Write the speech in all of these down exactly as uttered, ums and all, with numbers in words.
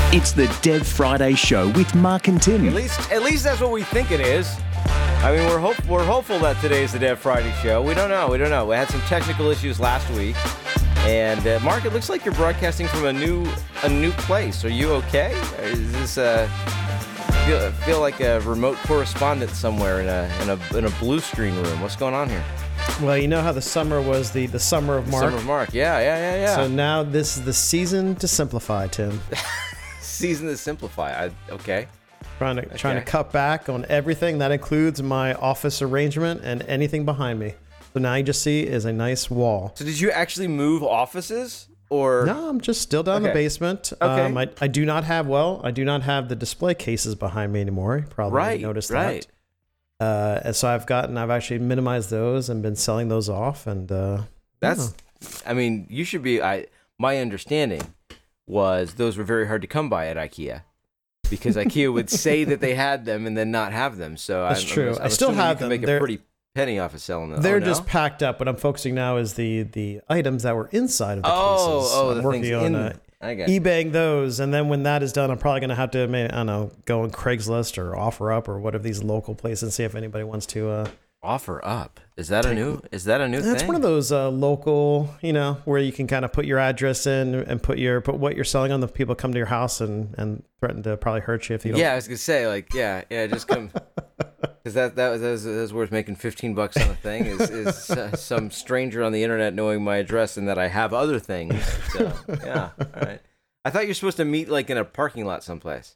It's the Dev Friday Show with Mark and Tim. At least, at least that's what we think it is. I mean, we're hope we're hopeful that today is the Dev Friday Show. We don't know. We don't know. We had some technical issues last week, and uh, Mark, it looks like you're broadcasting from a new a new place. Are you okay? Is this uh, feel feel like a remote correspondent somewhere in a in a in a blue screen room? What's going on here? Well, you know how the summer was the, the summer of Mark? Summer of Mark. Yeah, yeah, yeah, yeah. So now this is the season to simplify, Tim. Season to simplify. I, okay. Trying to Okay. trying to cut back on everything. That includes my office arrangement and anything behind me. So now you just see is a nice wall. So did you actually move offices, or No, I'm just still down in Okay. the basement. Okay. Um, I, I do not have, well, I do not have the display cases behind me anymore. You probably right? noticed Right. that. Uh, and so I've gotten, I've actually minimized those and been selling those off. And uh, That's, I mean, you should be. I my understanding was those were very hard to come by at IKEA because IKEA would say that they had them and then not have them. So That's I'm, true. I'm, I I'm still assuming have you can them. Make They're- a pretty penny off of selling them. they're Oh, no? just packed up. What I'm focusing now is the the items that were inside of the Oh, cases. oh, I'm the working things on in. uh, I got you. eBaying those, and then when that is done, I'm probably gonna have to, I don't know, go on Craigslist or OfferUp or one of these local places and see if anybody wants to. Uh, Offer up. Is that a new? Is that a new that's thing? one of those uh, local, you know, where you can kind of put your address in and put your put what you're selling on. The people come to your house and and threaten to probably hurt you if you don't. Yeah, I was gonna say like yeah, yeah, just come because that that was, that was that was worth making fifteen bucks on a thing. Is is uh, some stranger on the internet knowing my address and that I have other things. So yeah, all right. I thought you're supposed to meet like in a parking lot someplace.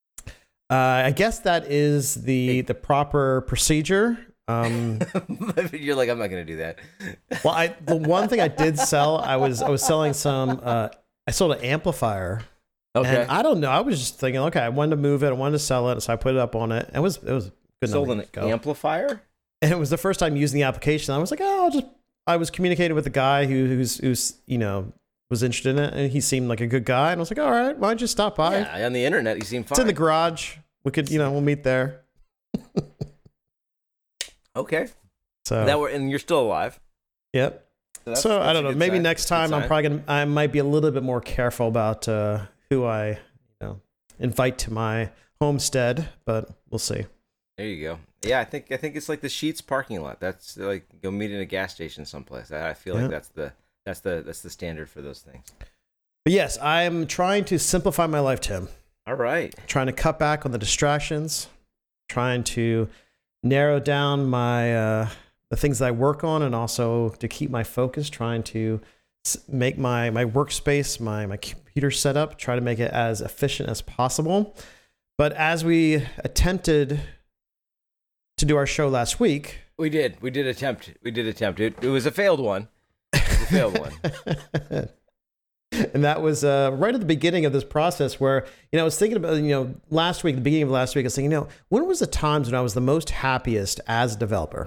Uh, I guess that is the the proper procedure. Um, You're like, I'm not gonna do that. well, I the one thing I did sell, I was I was selling some. Uh, I sold an amplifier. Okay. And I don't know. I was just thinking, okay, I wanted to move it. I wanted to sell it, so I put it up on it. It was it was a good. Sold number an to go. amplifier. And it was the first time using the application. I was like, oh, I'll just. I was communicating with the guy who who's who's you know was interested in it, and he seemed like a good guy. And I was like, all right, why don't you stop by? Yeah, on the internet, you seem fine. It's in the garage. We could, you know, we'll meet there. Okay. So That we're and you're still alive. yep. that's- So I that's don't a know. good Maybe sign. next Good time I'm sign. probably gonna. I might be a little bit more careful about uh, who I, you know, invite to my homestead. But we'll see. There you go. Yeah, I think I think it's like the Sheetz parking lot. That's like go meet in a gas station someplace. I, I feel Yeah. like that's the that's the that's the standard for those things. But yes, I'm trying to simplify my life, Tim. All right. Trying to cut back on the distractions. Trying to narrow down my uh, the things that I work on, and also to keep my focus. Trying to s- make my my workspace, my my computer setup, try to make it as efficient as possible. But as we attempted to do our show last week, We did. We did attempt. We did attempt. It, it was a failed one. It was a failed one. and that was uh, right at the beginning of this process where, you know, I was thinking about, you know, last week, the beginning of last week, I was thinking, you know, when was the times when I was the most happiest as a developer?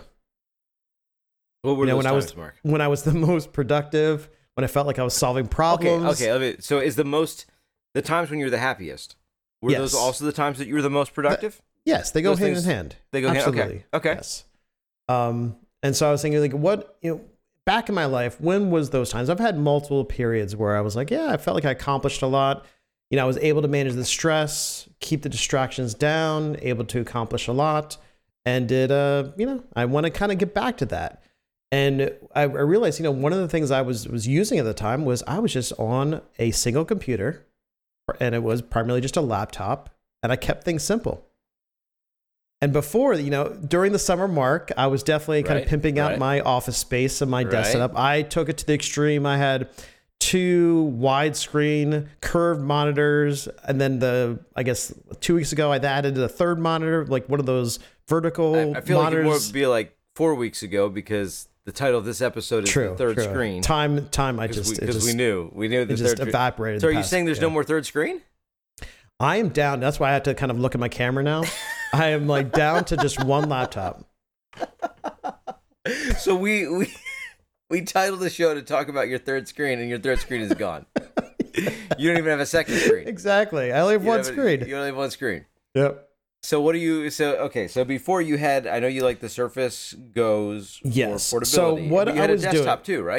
What were You know, those when I times, was Mark? when I was the most productive, when I felt like I was solving Okay. problems. Okay. let me- So is the most the times when you're the happiest? Were Yes. those also the times that you were the most productive? Yes, they go Those hand things- in hand. they go hand- okay, Absolutely. okay. Yes. Um, and so I was thinking, like, what, you know, back in my life, when was those times? I've had multiple periods where I was like, yeah, I felt like I accomplished a lot. You know, I was able to manage the stress, keep the distractions down, able to accomplish a lot. And did, uh, you know, I want to kind of get back to that. And I, I realized, you know, one of the things I was was using at the time was I was just on a single computer, and it was primarily just a laptop, and I kept things simple. And before, you know, during the summer mark, I was definitely kind Right, of pimping out right. my office space and my desk Right. setup. I took it to the extreme. I had two widescreen curved monitors, and then the I guess two weeks ago I added a third monitor, like one of those vertical I, I feel like it monitors. would be like four weeks ago because the title of this episode is True, the third true. screen. Time, time. I Because just, we, it 'cause just, we knew we knew the it just third. evaporated. So the are you past- saying there's yeah. no more third screen? I am down. That's why I have to kind of look at my camera now. I am like down to just one laptop. So we we we titled the show to talk about your third screen, and your third screen is gone. You don't even have a second screen. Exactly. I only have You one have a- screen. You only have one screen. Yep. So what do you? So okay. So before you had, I know you like the Surface Goes Yes. for So portability. what but you I had was a doing- desktop too, right?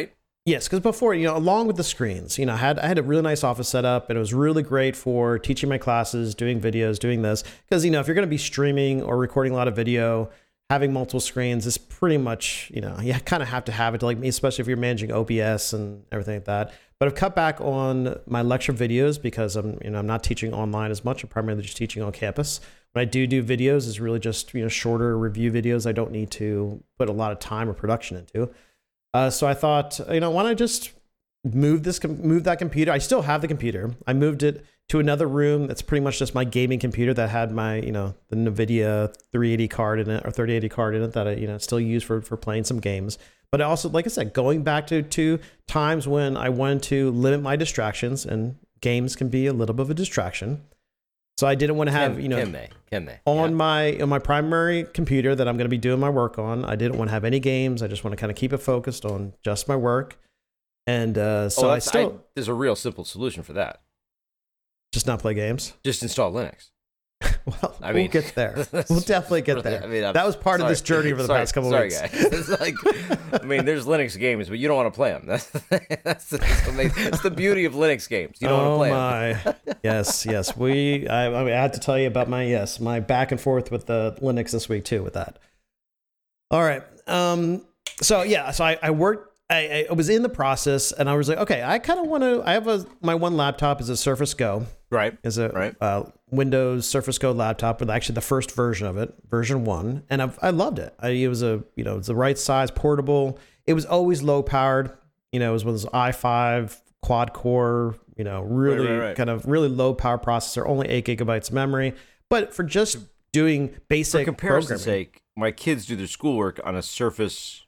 Yes, because before, you know, along with the screens, you know, I had I had a really nice office set up, and it was really great for teaching my classes, doing videos, doing this. Because, you know, if you're going to be streaming or recording a lot of video, having multiple screens is pretty much, you know, you kind of have to have it, to like me, especially if you're managing O B S and everything like that. But I've cut back on my lecture videos because I'm, you know, I'm not teaching online as much. I'm primarily just teaching on campus. When I do do videos, it's really just, you know, shorter review videos I don't need to put a lot of time or production into. Uh, so I thought, you know, why don't I just move this, move that computer? I still have the computer. I moved it to another room that's pretty much just my gaming computer that had my, you know, the NVIDIA three eighty card in it, or thirty eighty card in it that I, you know, still use for, for playing some games. But I also, like I said, going back to, to times when I wanted to limit my distractions, and games can be a little bit of a distraction. So I didn't want to have, can, you know, can they? Can they? on yeah. my on my primary computer that I'm going to be doing my work on. I didn't want to have any games. I just want to kind of keep it focused on just my work. And uh, so oh, I still I, there's a real simple solution for that. Just not play games. Just install Linux. Well, I we'll mean, get there. We'll definitely get there. I mean, that was part sorry. of this journey over the sorry, past couple sorry, weeks. Guys. It's like, I mean, there's Linux games, but you don't want to play them. That's that's, that's, amazing. That's the beauty of Linux games. You don't oh want to play my. them. yes, yes. We. I, I, mean, I had to tell you about my yes, my back and forth with the Linux this week too. With that. All right. Um. So yeah. So I, I worked. I, I was in the process, and I was like, okay, I kind of want to. I have a my one laptop is a Surface Go. Right. Is a right. uh, Windows Surface Go laptop, but actually the first version of it, version one, and I've, I loved it. I, it was a you know it's the right size, portable. It was always low powered. You know, it was one of those i five quad core. You know, really right, right, right. kind of really low power processor, only eight gigabytes of memory. But for just doing basic for comparison's programming, sake, my kids do their schoolwork on a Surface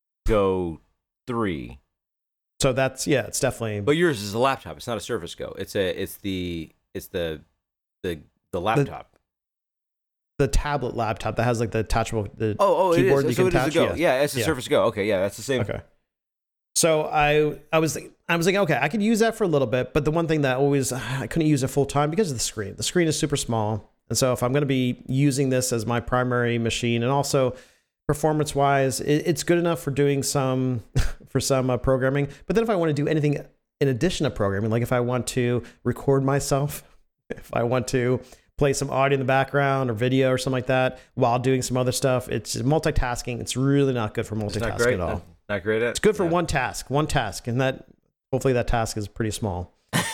Go three. So that's yeah, it's definitely. But yours is a laptop. It's not a Surface Go. It's a it's the it's the the the laptop. The, the tablet laptop that has like the attachable the oh oh keyboard it is. that you So can it is attach. a Go. Yeah, it's a yeah. Surface Go. Okay, yeah, that's the same. Okay. So I I was I was thinking, okay, I could use that for a little bit, but the one thing that always I couldn't use it full time because of the screen. The screen is super small, and so if I'm going to be using this as my primary machine, and also performance wise, it, it's good enough for doing some for some uh, programming. But then if I want to do anything in addition to programming, like if I want to record myself, if I want to play some audio in the background or video or something like that while doing some other stuff, it's multitasking. It's really not good for multitasking not great, at all. Not, not great at It's good for yeah. one task, one task, and that hopefully that task is pretty small.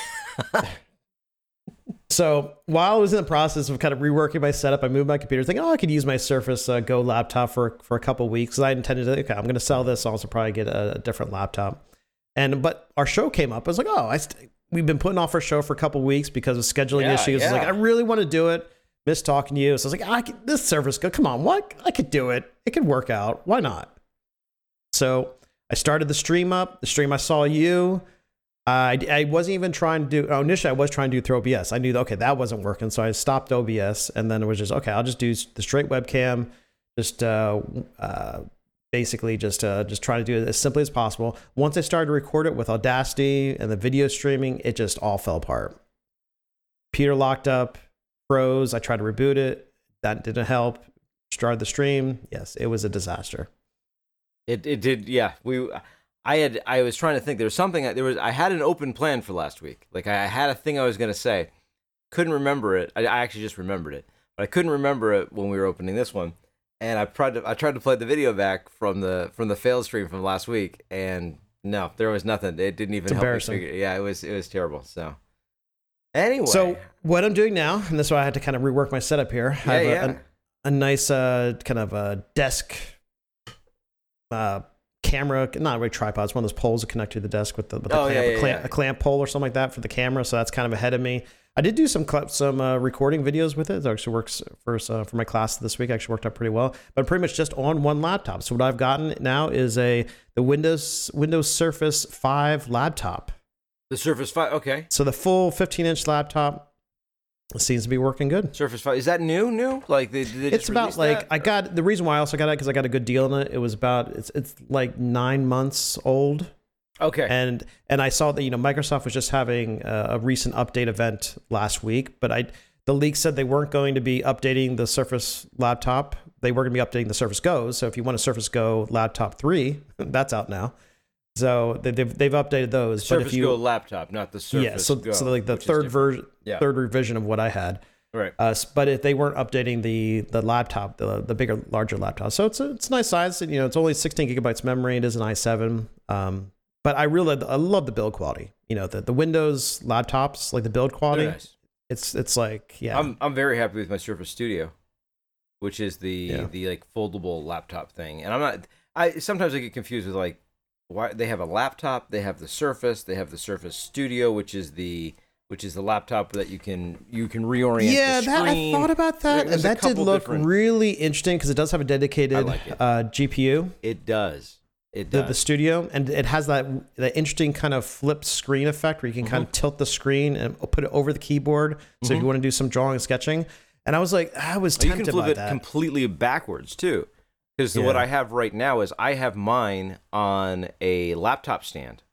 So while I was in the process of kind of reworking my setup, I moved my computer, thinking, oh, I could use my Surface uh, Go laptop for for a couple of weeks. I intended to, okay, I'm going to sell this. I'll also probably get a, a different laptop. And but our show came up. I was like, oh, I st- we've been putting off our show for a couple of weeks because of scheduling yeah, issues. Yeah. I was like, I really want to do it. Miss talking to you. So I was like, I could, this Surface Go, come on, what? I could do it. It could work out. Why not? So I started the stream up. The stream I saw you. I, I wasn't even trying to do, oh, initially I was trying to do through O B S. I knew, okay, that wasn't working. So I stopped O B S, and then it was just, okay, I'll just do the straight webcam, just uh, uh, basically just uh, just try to do it as simply as possible. Once I started to record it with Audacity and the video streaming, it just all fell apart. Computer locked up, froze. I tried to reboot it. That didn't help. Started the stream. Yes, it was a disaster. It it did, yeah. We, I had, I was trying to think. There was something. There was. I had an open plan for last week. Like I had a thing I was gonna say. Couldn't remember it. I, I actually just remembered it, but I couldn't remember it when we were opening this one. And I tried to, I tried to play the video back from the from the failed stream from last week, and no, there was nothing. It didn't even It's help me embarrassing. figure. Yeah, it was it was terrible. So anyway, So what I'm doing now, and that's why I had to kind of rework my setup here. I have Yeah, a, yeah. a, a nice uh, kind of a desk uh, camera, not really tripod. It's one of those poles that connect to the desk with the, with the Oh, clamp, yeah, a, yeah, clamp yeah. a clamp pole or something like that for the camera. So that's kind of ahead of me. I did do some cl- some uh, recording videos with it. It actually works for uh, for my class this week. Actually worked out pretty well. But pretty much just on one laptop. So what I've gotten now is a the Windows Windows Surface five laptop. the Surface Five. Okay, So the full fifteen inch laptop seems to be working good. Surface Five. Is that new? New? Like they, did they just It's about release like that? I got the reason why I also got it because I got a good deal on it. It was about it's it's like nine months old. Okay. And and I saw that you know Microsoft was just having a, a recent update event last week, but I the leak said they weren't going to be updating the Surface laptop. They were going to be updating the Surface Go. So if you want a Surface Go laptop three, that's out now. So they, they've they've updated those. Surface but if you, Go laptop, not the Surface yeah, so Go. so like the which is third different. version, Yeah. third revision of what I had. Right. Uh, s- but if they weren't updating the the laptop, the the bigger, larger laptop, so it's a, it's a nice size. You know, it's only sixteen gigabytes memory. It is an i seven. Um, but I really I love the build quality. You know, the the Windows laptops, like the build quality. Very nice. It's it's like yeah. I'm I'm very happy with my Surface Studio, which is the Yeah. the like foldable laptop thing. And I'm not. I sometimes I get confused with like why they have a laptop, they have the Surface, they have the Surface Studio, which is the which is the laptop that you can you can reorient. Yeah, the that I screen. thought about that, There's and a that did couple look different- really interesting because it does have a dedicated like it. uh, G P U. It does. It The, does. the studio, and it has that that interesting kind of flip screen effect where you can kind Mm-hmm. of tilt the screen and put it over the keyboard. So if you want to do some drawing and sketching, and I was like, I was Oh, you tempted can flip by it that. completely backwards too, because what Yeah. I have right now is I have mine on a laptop stand,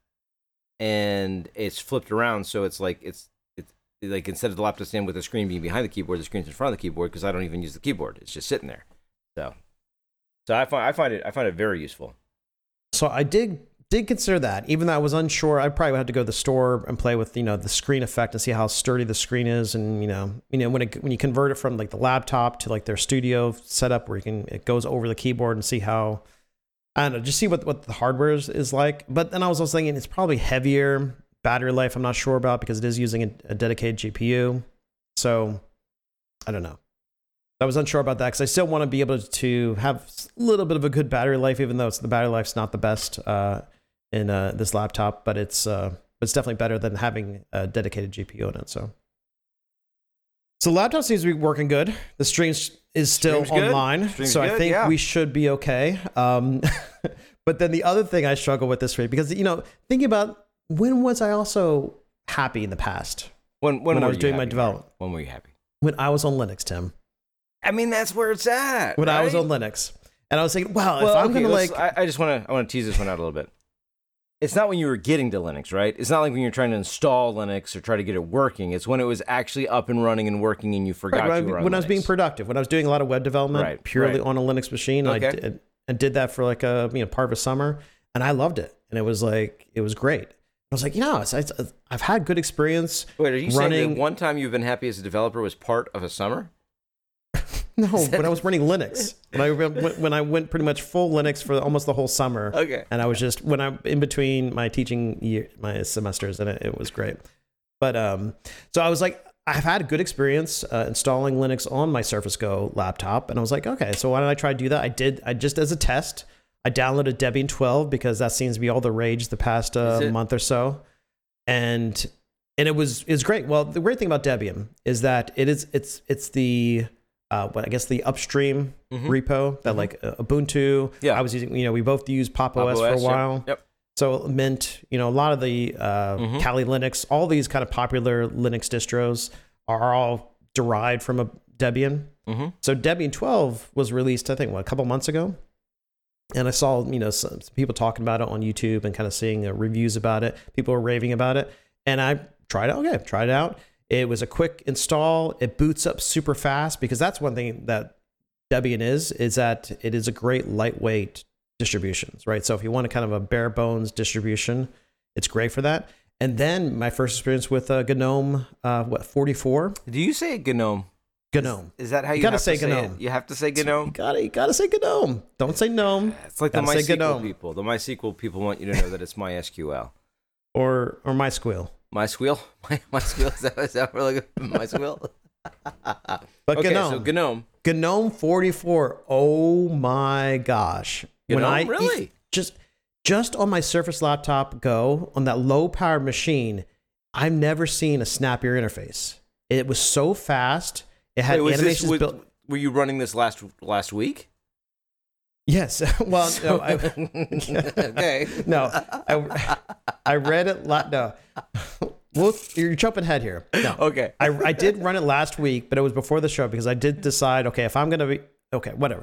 and it's flipped around, so it's like it's it's like instead of the laptop stand with the screen being behind the keyboard, the screen's in front of the keyboard because I don't even use the keyboard; it's just sitting there. So, so I find I find it I find it very useful. So I did did consider that, even though I was unsure. I probably would have to go to the store and play with you know the screen effect and see how sturdy the screen is, and you know you know when it when you convert it from like the laptop to like their studio setup where you can it goes over the keyboard and see how I don't know, just see what what the hardware is, is like. But then I was also thinking it's probably heavier battery life. I'm not sure about because it is using a, a dedicated G P U. So I don't know. I was unsure about that because I still want to be able to have a little bit of a good battery life, even though it's, the battery life's not the best uh, in uh, this laptop, but it's uh, it's definitely better than having a dedicated G P U in it. So, so the laptop seems to be working good. The stream is still Stream's good. online, Stream's so I good, think yeah. we should be okay. Um, but then the other thing I struggle with this week because you know thinking about when was I also happy in the past When when, when I were was you doing my happy, development Mark? When were you happy? when I was on Linux, Tim. I mean, that's where it's at. When I was right? on Linux. And I was thinking, well, Well, if I'm okay, going to let's- like, I, I just want to I want to tease this one out a little bit. It's not when you were getting to Linux, right? It's not like when you're trying to install Linux or try to get it working. It's when it was actually up and running and working, and you forgot right, when, you were I, on when I was Linux. being productive, when I was doing a lot of web development Right, purely right. on a Linux machine, and I Okay. did, and did that for like a you know part of a summer, and I loved it, and it was like it was great. I was like, you know, it's, it's, I've had good experience. Wait, are you saying running. that one time you've been happy as a developer was part of a summer? No, when I was running Linux, when I went, when I went pretty much full Linux for almost the whole summer. Okay. And I was just when I'm in between my teaching year, my semesters, and it, it was great. But um, so I was like, I've had a good experience uh, installing Linux on my Surface Go laptop, and I was like, okay, so why don't I try to do that? I did. I just as a test, I downloaded Debian twelve because that seems to be all the rage the past uh, Is it? month or so, and and it was it was great. Well, the great thing about Debian is that it is it's it's the uh, what I guess the upstream Mhm. repo that like uh, Ubuntu. Yeah. I was using. You know, we both used Pop! Pop! O S for a yep, while. Yep. So Mint, you know, a lot of the uh, Mhm. Kali Linux, all these kind of popular Linux distros are all derived from a Debian. Mm-hmm. So Debian twelve was released, I think, what, a couple months ago. And I saw, you know, some, some people talking about it on YouTube and kind of seeing uh, reviews about it. People were raving about it. And I tried it. Okay, tried it out. It was a quick install. It boots up super fast because that's one thing that Debian is, is that it is a great lightweight distributions, right? So if you want a kind of a bare bones distribution, it's great for that. And then my first experience with uh, GNOME, uh, what, forty-four? Do you say GNOME? GNOME. Is that how you, You gotta have say to say GNOME. it? You have to say You GNOME? gotta, you gotta say GNOME. Don't say GNOME. It's like the Gotta say MySQL GNOME. people. The MySQL people want you to know that it's MySQL. Or or MySQL. MySQL? My, MySQL? Is that, is that really good? MySQL? But okay, GNOME. so GNOME. GNOME forty-four. Oh my gosh. GNOME? I Really? just just on my Surface Laptop Go, on that low power machine, I've never seen a snappier interface. It was so fast. It had Wait, was this, animations was, built. were you running this last last week? Yes. Well, no, I, okay. no, I, I read it. La- no, well, you're jumping ahead here. No, Okay. I, I did run it last week, but it was before the show because I did decide, okay, if I'm gonna be okay, whatever.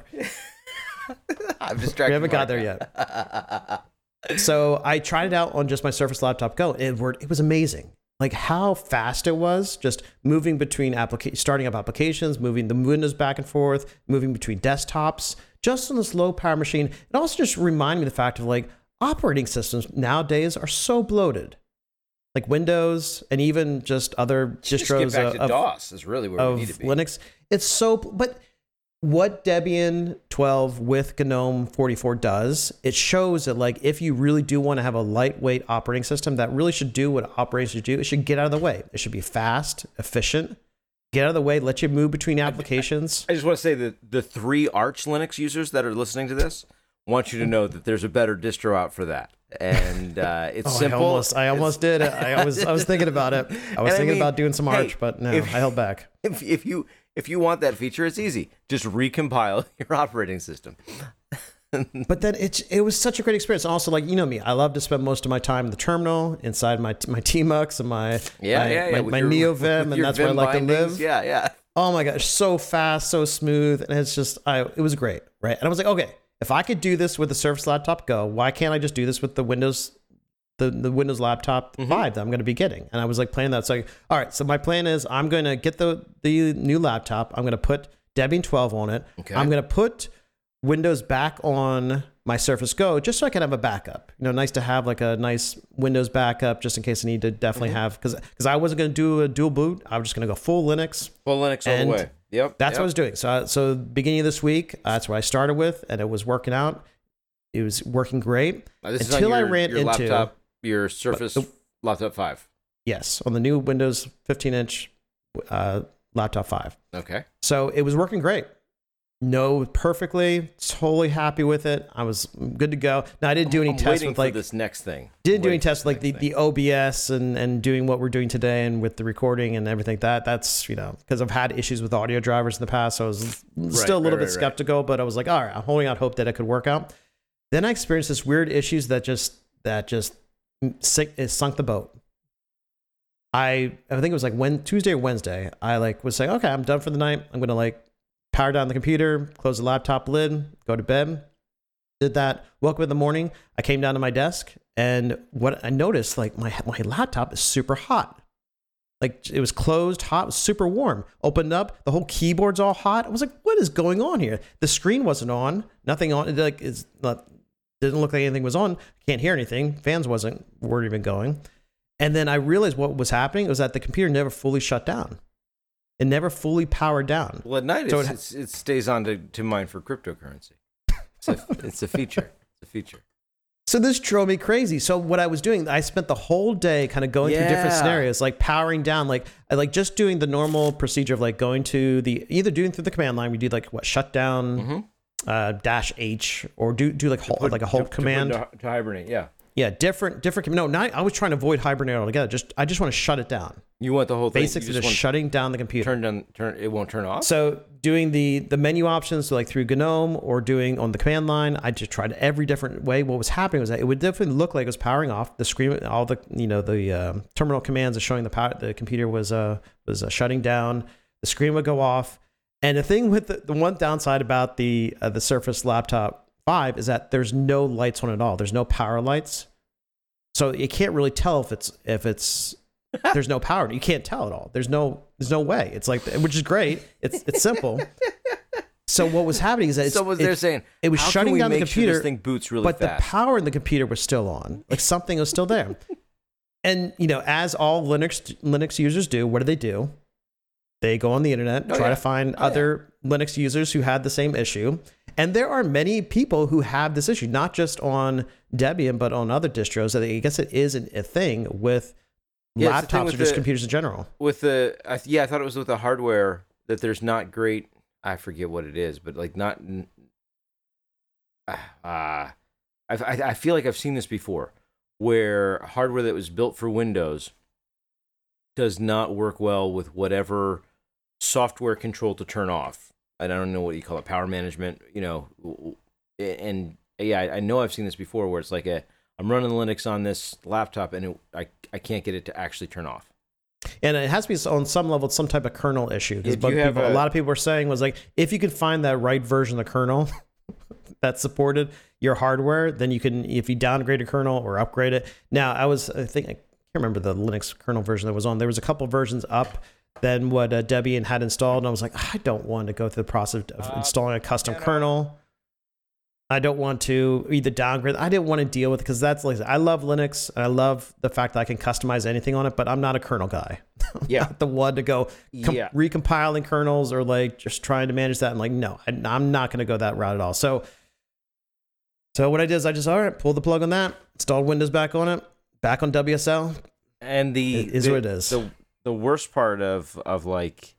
I'm distracted. We haven't got there yet. So I tried it out on just my Surface Laptop Go. It were it was amazing. Like how fast it was, just moving between applica- starting up applications, moving the windows back and forth, moving between desktops, just on this low power machine. It also just reminded me of the fact of like, operating systems nowadays are so bloated. Like Windows and even just other Just distros get back to of, DOS is really where of we need to be. Linux. It's so, but what Debian twelve with GNOME forty-four does, it shows that like if you really do want to have a lightweight operating system that really should do what operators should do, it should get out of the way. It should be fast, efficient, get out of the way, let you move between applications. I just want to say that the three Arch Linux users that are listening to this want you to know that there's a better distro out for that. And uh, it's Oh, simple. I almost, I almost did it. I was, I was thinking about it. I was And I thinking mean, about doing some hey, Arch, but no, if- I held back. If, if you if you want that feature, it's easy. Just recompile your operating system. But then it's it was such a great experience. Also, like you know me, I love to spend most of my time in the terminal inside my my Tmux and my Yeah, my, yeah, yeah. my, with my your- NeoVim, with and your that's where I Vim like to bindings. live. Yeah, yeah. Oh my gosh, so fast, so smooth, and it's just I it was great, right? And I was like, okay, if I could do this with the Surface Laptop Go, why can't I just do this with the Windows the, the Windows Laptop Mm-hmm. five that I'm going to be getting? And I was like planning that. So like, all right, so my plan is I'm going to get the the new laptop. I'm going to put Debian twelve on it. Okay. I'm going to put Windows back on my Surface Go just so I can have a backup. You know, nice to have like a nice Windows backup just in case I need to definitely have because because I wasn't going to do a dual boot. I was just going to go full Linux. Full Linux all And the way. Yep. That's yep. what I was doing. So, so beginning of this week, uh, that's what I started with, and it was working out. It was working great Now, this until is on I your, ran your into laptop, your Surface the- Laptop five. yes on the new Windows fifteen inch uh, laptop five. Okay. So it was working great. No, perfectly, totally happy with it. I was good to go. Now I didn't do any I'm tests waiting with for like this next thing. didn't do any Waiting tests for with like the, next the thing. O B S and, and doing what we're doing today and with the recording and everything like that. That's, you know, because I've had issues with audio drivers in the past. So I was still a right, little right, bit right. skeptical, but I was like, all right, I'm holding out hope that it could work out. Then I experienced this weird issues that just, that just sink, it sunk the boat. I, I think it was like when Tuesday or Wednesday, I like was saying, okay, I'm done for the night. I'm going to like power down the computer, close the laptop lid, go to bed. Did that, woke up in the morning, I came down to my desk, and what I noticed, like my my laptop is super hot. Like it was closed, hot, it was super warm. Opened up, the whole keyboard's all hot. I was like, what is going on here? The screen wasn't on, nothing on. It like it's not, didn't look like anything was on. Can't hear anything. Fans wasn't weren't even going. And then I realized what was happening was that the computer never fully shut down. It never fully powered down. Well, at night So it's, it- it's, it stays on to, to mine for cryptocurrency. It's a, it's a feature. It's a feature. So this drove me crazy. So what I was doing, I spent the whole day kind of going through different Yeah. scenarios, like powering down, like I like just doing the normal procedure of like going to the either doing through the command line. We do like what shutdown Mhm. uh, dash H or do do like hold, Put- like a to- hold to put command. To, to hibernate, yeah. Yeah, different different. com- No, not, I was trying to avoid hibernate altogether. Just I just want to shut it down. You want the whole thing. Basically, you just, just want shutting down the computer. turn down, turn. It won't turn off. So doing the the menu options, so like through GNOME or doing on the command line, I just tried every different way. What was happening was that it would definitely look like it was powering off. The screen, all the you know the uh, terminal commands are showing the power. The computer was uh was uh, shutting down. The screen would go off. And the thing with the, the one downside about the uh, the Surface Laptop five is that there's no lights on at all. There's no power lights, so you can't really tell if it's if it's there's no power. You can't tell at all. There's no there's no way. It's like, which is great. It's it's simple. So what was happening is that it's, so what it, they're saying, it was how shutting can we down the make sure computer, this thing boots really but fast. the power in the computer was still on. Like something was still there. And you know, as all Linux Linux users do, what do they do? They go on the internet, Oh, try yeah. to find Oh, other Linux users who had the same issue. And there are many people who have this issue, not just on Debian, but on other distros. I guess it is a thing with Yeah, it's the thing laptops with or just the- computers in general. with the I, th- yeah, I thought it was with the hardware that there's not great. I forget what it is, but like not. Uh, I I I feel like I've seen this before, where hardware that was built for Windows does not work well with whatever software control to turn off. And I don't know what you call it, power management. You know, and yeah, I know I've seen this before, where it's like a I'm running Linux on this laptop, and it, I I can't get it to actually turn off. And it has to be on some level some type of kernel issue. Because If you have a, a- lot of people were saying was like, if you can find that right version of the kernel that supported your hardware, then you can, if you downgrade a kernel or upgrade it. Now, I was, I think, I can't remember the Linux kernel version that was on. There was a couple versions up than what uh, Debian had installed. And I was like, I don't want to go through the process of installing a custom kernel. I don't want to either downgrade. I didn't want to deal with, because that's like, I love Linux and I love the fact that I can customize anything on it, but I'm not a kernel guy. I'm Yeah. not the one to go com- Yeah. recompiling kernels or like just trying to manage that. And like, no, I, I'm not going to go that route at all. So, so what I did is I just, all right, pull the plug on that, installed Windows back on it, back on W S L. And the It is the, what it is. The the worst part of of like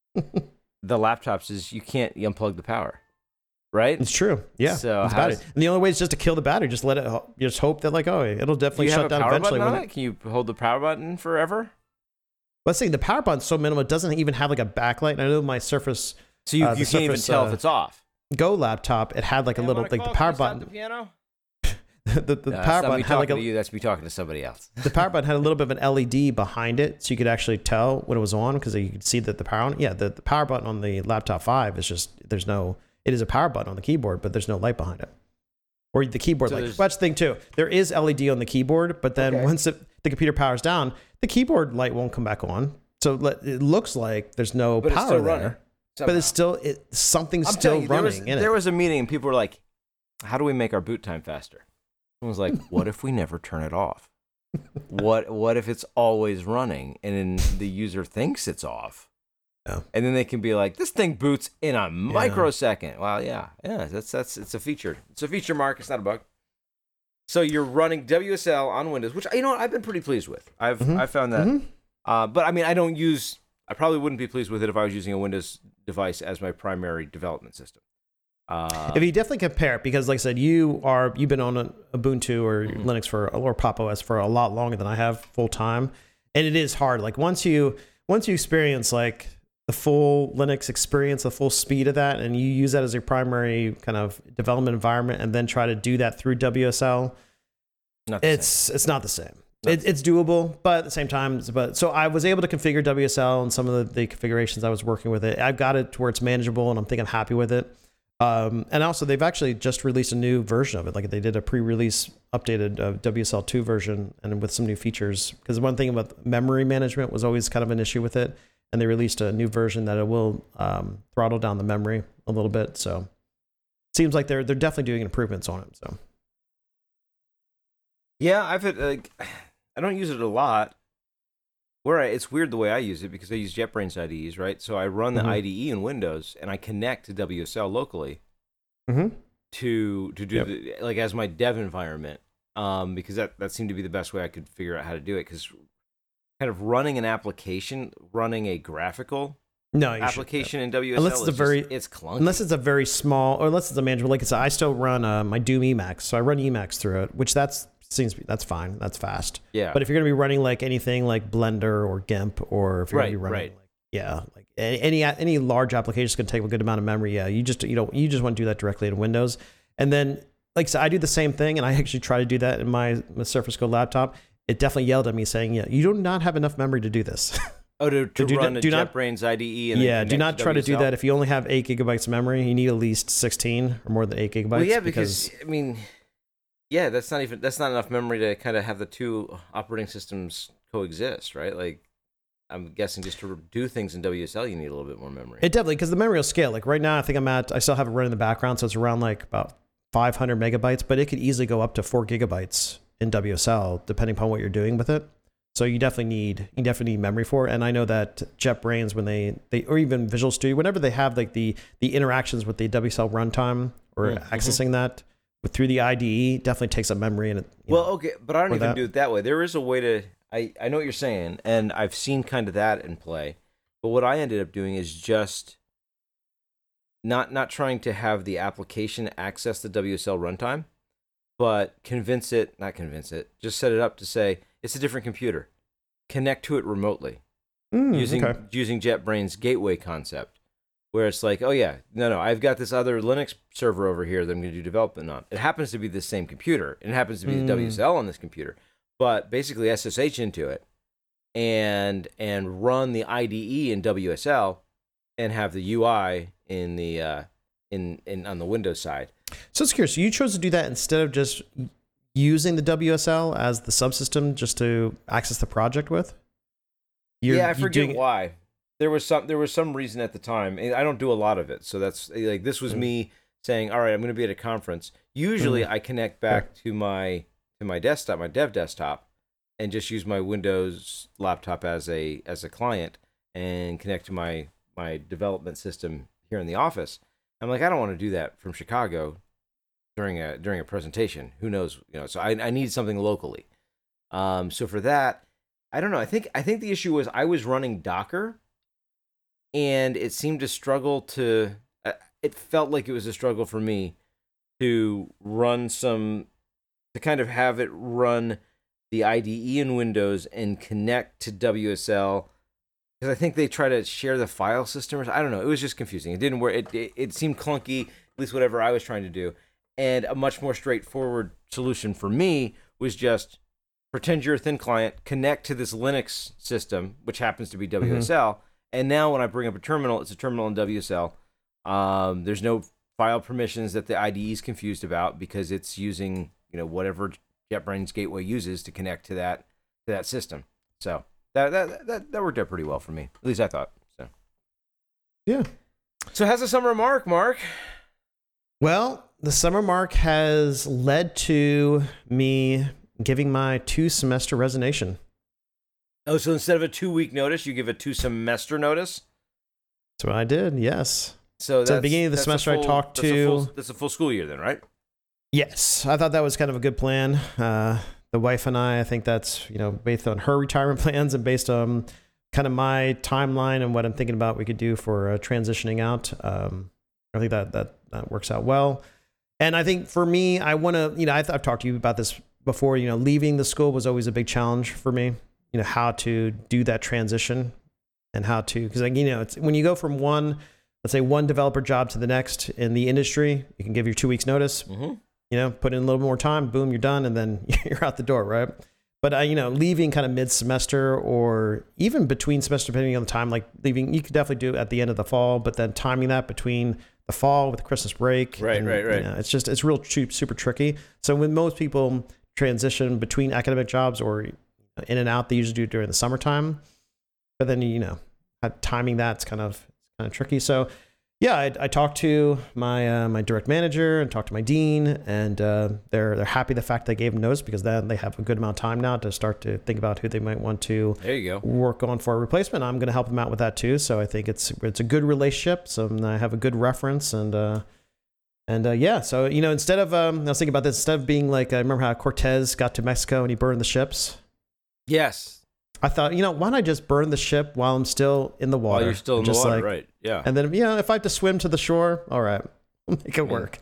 the laptops is you can't unplug the power, right? It's true. Yeah. So it's how battery. does- And the only way is just to kill the battery. Just let it, you just hope that like, oh, it'll Do definitely you have shut a down power eventually. button When on it, it? Can you hold the power button forever? let's see, the power button's so minimal, it doesn't even have like a backlight. And I know my Surface So you, Uh, you the can't even Surface, tell uh, if it's off. Go laptop, it had like a Hey, I little, wanna like call, the power can you stop button. The piano. the the, the No, power it's not button me had like talking a, to you. That's me talking to somebody else. the power button had a little bit of an L E D behind it, so you could actually tell when it was on, because you could see that the power on. Yeah, the, the power button on the laptop five is just, there's no, it is a power button on the keyboard, but there's no light behind it. Or the keyboard So light. there's- That's the thing too. There is L E D on the keyboard, but then Okay. once it, the computer powers down, the keyboard light won't come back on. So le- it looks like there's no But it's power still there. running. But it's still, it, something's I'm still telling you, there running was, in there it. was a meeting and people were like, how do we make our boot time faster? Someone was like, what if we never turn it off? What what if it's always running and then the user thinks it's off? Yeah. And then they can be like, this thing boots in a microsecond. Well, yeah, yeah, that's that's it's a feature. It's a feature, Mark. It's not a bug. So you're running W S L on Windows, which you know what, I've been pretty pleased with. I've Mhm. I found that. Mhm. Uh, but I mean, I don't use. I probably wouldn't be pleased with it if I was using a Windows device as my primary development system. Uh, If you definitely compare it, because like I said, you are you've been on an Ubuntu or Mhm. Linux for or Pop! O S for a lot longer than I have full time, and it is hard. Like once you once you experience like the full Linux experience, the full speed of that, and you use that as your primary kind of development environment, and then try to do that through W S L, not the same. it's it's not the same. Not It, it's doable, but at the same time, it's- but so I was able to configure W S L and some of the, the configurations I was working with it. I've got it to where it's manageable, and I'm thinking I'm happy with it. Um, and also, they've actually just released a new version of it. Like they did a pre-release updated uh, W S L two version, and with some new features. Because one thing about memory management was always kind of an issue with it, and they released a new version that it will um, throttle down the memory a little bit. So it seems like they're they're definitely doing improvements on it. So Yeah, I've had like I don't use it a lot. Where I, it's weird the way I use it because I use JetBrains I D Es, right? So I run the Mhm. I D E in Windows and I connect to W S L locally mm-hmm. to to do Yep. the, like as my dev environment, um, because that that seemed to be the best way I could figure out how to do it. Because kind of running an application, running a graphical no you should- application in W S L Unless it's is a very- just, it's clunky. Unless it's a very small, or unless it's a manageable, like it's, I still run uh, my Doom Emacs, so I run Emacs through it, which that's seems to be, that's fine, that's fast. yeah, But if you're gonna be running like anything like Blender or GIMP, or if you're Right, gonna be running, right. like, yeah, like a- any any large application is gonna take a good amount of memory. Yeah, you just you know you just want to do that directly in Windows, and then like so I do the same thing, and I actually try to do that in my, my Surface Go laptop. It definitely yelled at me saying, "Yeah, you do not have enough memory to do this." oh to, to do run not- a do not- JetBrains I D E and then Yeah, do connect not try to do W S L? that if you only have eight gigabytes of memory. You need at least sixteen or more than eight gigabytes. Well, yeah, because, I mean, yeah, that's not even that's not enough memory to kind of have the two operating systems coexist, right? Like, I'm guessing just to do things in W S L, you need a little bit more memory. it definitely, because the memory will scale. Like right now, I think I'm at, I still have it running in the background, so it's around like about five hundred megabytes, but it could easily go up to four gigabytes in W S L, depending upon what you're doing with it. So you definitely need, you definitely need memory for it. And I know that JetBrains, when they, they, or even Visual Studio, whenever they have like the, the interactions with the W S L runtime or Mhm. accessing that with, through the I D E, definitely takes up memory. And it, you well, know, okay, but I don't for even that. do it that way. There is a way to. I I know what you're saying, and I've seen kind of that in play. But what I ended up doing is just not not trying to have the application access the W S L runtime, but convince it, not convince it, just set it up to say it's a different computer. Connect to it remotely Mm, using okay. using JetBrains gateway concept, where it's like, oh yeah, no, no, I've got this other Linux server over here that I'm going to do development on. It happens to be the same computer. It happens to be Mm. the W S L on this computer, but basically S S H into it and and run the I D E in W S L and have the U I in the uh, in in on the Windows side. So it's curious. So you chose to do that instead of just using the W S L as the subsystem just to access the project with? You're, yeah, I you're forget doing- why. There was some there was some reason at the time. And I don't do a lot of it, so that's like this was Mm. me saying, "All right, I'm going to be at a conference. Usually, Mm. I connect back to my to my desktop, my dev desktop, and just use my Windows laptop as a as a client and connect to my my development system here in the office. I'm like, I don't want to do that from Chicago during a during a presentation. Who knows? You know, so I, I need something locally. Um, so for that, I don't know. I think I think the issue was I was running Docker, and it seemed to struggle to. Uh, it felt like it was a struggle for me to run some, to kind of have it run the I D E in Windows and connect to W S L, because I think they try to share the file system. Or I don't know. It was just confusing. It didn't work. It, it it seemed clunky. At least whatever I was trying to do. And a much more straightforward solution for me was just pretend you're a thin client, connect to this Linux system, which happens to be W S L. Mm-hmm. And now when I bring up a terminal, it's a terminal in W S L. Um, there's no file permissions that the I D E is confused about because it's using, you know, whatever JetBrains gateway uses to connect to that to that system. So that that that, that worked out pretty well for me. At least I thought. So Yeah. So how's the summer mark, Mark? Well, the summer mark has led to me giving my two semester resignation. Oh, so instead of a two week notice, you give a two semester notice? That's what I did. Yes. So, that's, so at the beginning of the semester, full, I talked that's to. A full, that's a full school year, then, right? Yes, I thought that was kind of a good plan. Uh, the wife and I, I think that's, you know, based on her retirement plans and based on kind of my timeline and what I'm thinking about we could do for uh, transitioning out. Um, I think that, that that works out well. And I think for me, I want to, you know, I've, I've talked to you about this before. You know, leaving the school was always a big challenge for me. You know, how to do that transition and how to, because like, you know, it's when you go from one, let's say one developer job to the next in the industry, you can give your two weeks notice. Mm-hmm. You know, put in a little more time, boom, you're done, and then you're out the door, right? But, uh, you know, leaving kind of mid-semester or even between semester, depending on the time, like leaving, you could definitely do it at the end of the fall, but then timing that between the fall with the Christmas break. Right, and, right, right. You know, it's just, it's real cheap, super tricky. So when most people transition between academic jobs or in and out, they usually do it during the summertime. But then, you know, timing that's kind of, kind of tricky. So, yeah, I, I talked to my uh, my direct manager and talked to my dean, and uh, they're they're happy the fact they gave them notice because then they have a good amount of time now to start to think about who they might want to there you go. work on for a replacement. I'm going to help them out with that too. So I think it's it's a good relationship. So I have a good reference, and uh, and uh, yeah. So you know, instead of um, I was thinking about this, instead of being like I remember how Cortez got to Mexico and he burned the ships. Yes. I thought, you know, why don't I just burn the ship while I'm still in the water? While you're still in just the water, like, right? Yeah. And then, you know, if I have to swim to the shore, all right, we'll make it work.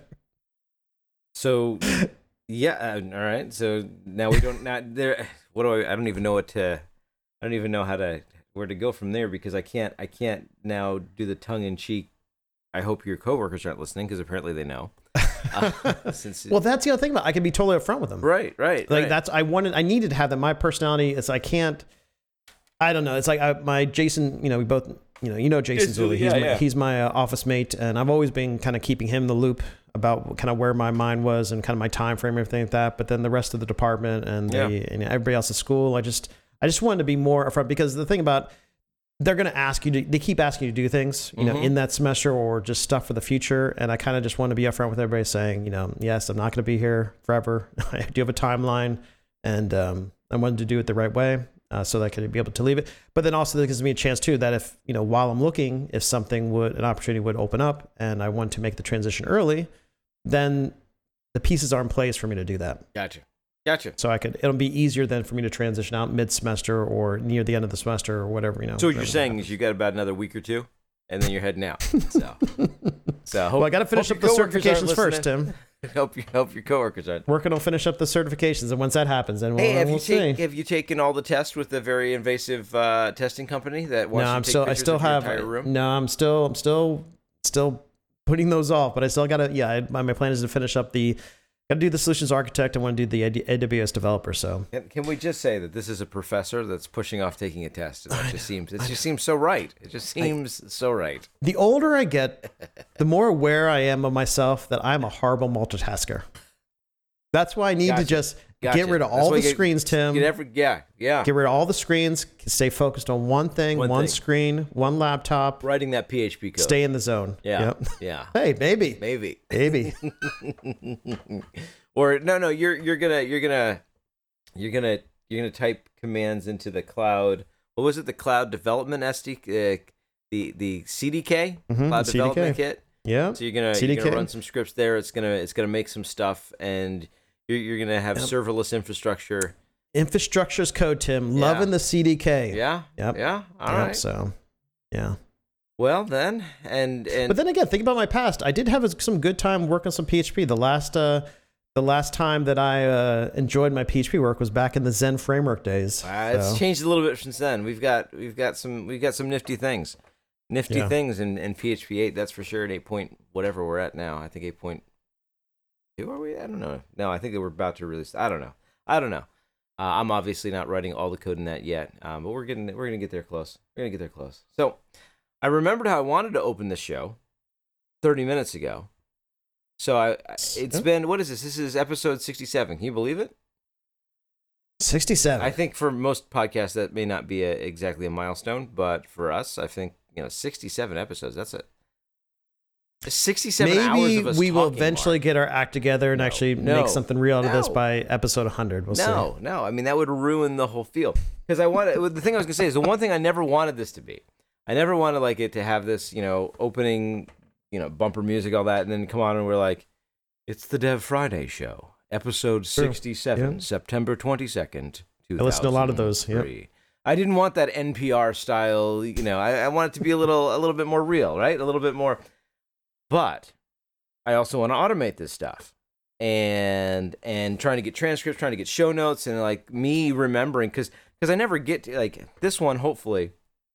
So, yeah, uh, all right. So now we don't not there. What do I? I don't even know what to. I don't even know how to where to go from there because I can't. I can't now do the tongue in cheek. I hope your coworkers aren't listening because apparently they know. Uh, since Well, that's the other thing about I can be totally upfront with them. right, right, Like right. that's I wanted I needed to have that. My personality is I can't. I don't know. It's like I, my Jason. You know, we both. You know, you know Jason Zulli. He's yeah, my, yeah. he's my uh, office mate, and I've always been kind of keeping him in the loop about kind of where my mind was and kind of my time frame and everything like that. But then the rest of the department and Yeah. the and everybody else at school, I just I just wanted to be more upfront because the thing about they're going to ask you to, they keep asking you to do things, you know, Mhm. in that semester or just stuff for the future. And I kind of just want to be upfront with everybody saying, you know, yes, I'm not going to be here forever. I do have a timeline and um, I wanted to do it the right way uh, so that I could be able to leave it. But then also that gives me a chance too, that if, you know, while I'm looking, if something would, an opportunity would open up and I want to make the transition early, then the pieces are in place for me to do that. Gotcha. Gotcha. So I could, it'll be easier then for me to transition out mid-semester or near the end of the semester or whatever, you know. So what you're whatever saying happens. is you got about another week or two, and then you're heading out. So, so hope, Well, I got to finish hope up the your coworkers aren't certifications first, listening. Tim. Hope you hope your coworkers aren't. Working on finish up the certifications, and once that happens, then we'll, Hey, have we'll you see. take, have you taken all the tests with the very invasive uh, testing company that wants No, to I'm take still. I pictures still of your have. entire room? No, I'm still. I'm still. Still putting those off, but I still got to. Yeah, I, my my plan is to finish up the. Got to do the solutions architect. I want to do the A W S developer. So Can, can we just say that this is a professor that's pushing off taking a test? And that just seems it just seems so right. It just seems so right. the older I get, the more aware I am of myself that I'm a horrible multitasker. That's why I need Gotcha. to just Gotcha. Get rid of That's all why the you get- screens, Tim. Get every, yeah, yeah. Get rid of all the screens. Stay focused on one thing, One one, thing. screen, one laptop. Writing that P H P code. Stay in the zone. Yeah, Yep. yeah. Hey, maybe. Maybe. Maybe. Or no, no. You're you're gonna you're gonna you're gonna you're gonna type commands into the cloud. What was it? The cloud development S D K, uh, the the C D K, Mhm, cloud C D K. development kit. Yeah. So you're gonna C D K. you're gonna run some scripts there. It's gonna it's gonna make some stuff, and you're you're gonna have Yep. serverless infrastructure. Infrastructure's code, Tim. Yeah. Loving the C D K. Yeah. Yep. Yeah. All Yep, right. So, yeah. Well then, and and But then again, think about my past. I did have some good time working on some P H P. The last, uh, the last time that I uh, enjoyed my P H P work was back in the Zen framework days. Uh, it's So, changed a little bit since then. We've got we've got some we've got some nifty things, nifty Yeah. things in, in P H P eight. That's for sure. At eight point whatever we're at now. I think eight point two are we? I don't know. No, I think that we're about to release. I don't know. I don't know. Uh, I'm obviously not writing all the code in that yet, um, but we're getting we're gonna get there close. We're gonna get there close. So I remembered how I wanted to open this show thirty minutes ago. So I it's Yep. been what is this? This is episode sixty-seven. Can you believe it? sixty-seven. I think for most podcasts that may not be a, exactly a milestone, but for us, I think you know sixty-seven episodes. That's it. sixty-seven hours Maybe of us we will talking, eventually Mark. get our act together and No, actually no, make something real out of this no. by episode one hundred. We'll No, no. I mean that would ruin the whole feel. Because I wanted the thing I was gonna say is the one thing I never wanted this to be. I never wanted like it to have this you know opening you know bumper music all that and then come on and we're like, it's the Dev Friday Show, episode sixty-seven, Yeah. September twenty-second. I listened to a lot of those, yep. I didn't want that N P R style, you know. I, I want it to be a little, a little bit more real, right? A little bit more. But I also want to automate this stuff, and and trying to get transcripts, trying to get show notes, and like me remembering because because I never get to like this one. Hopefully,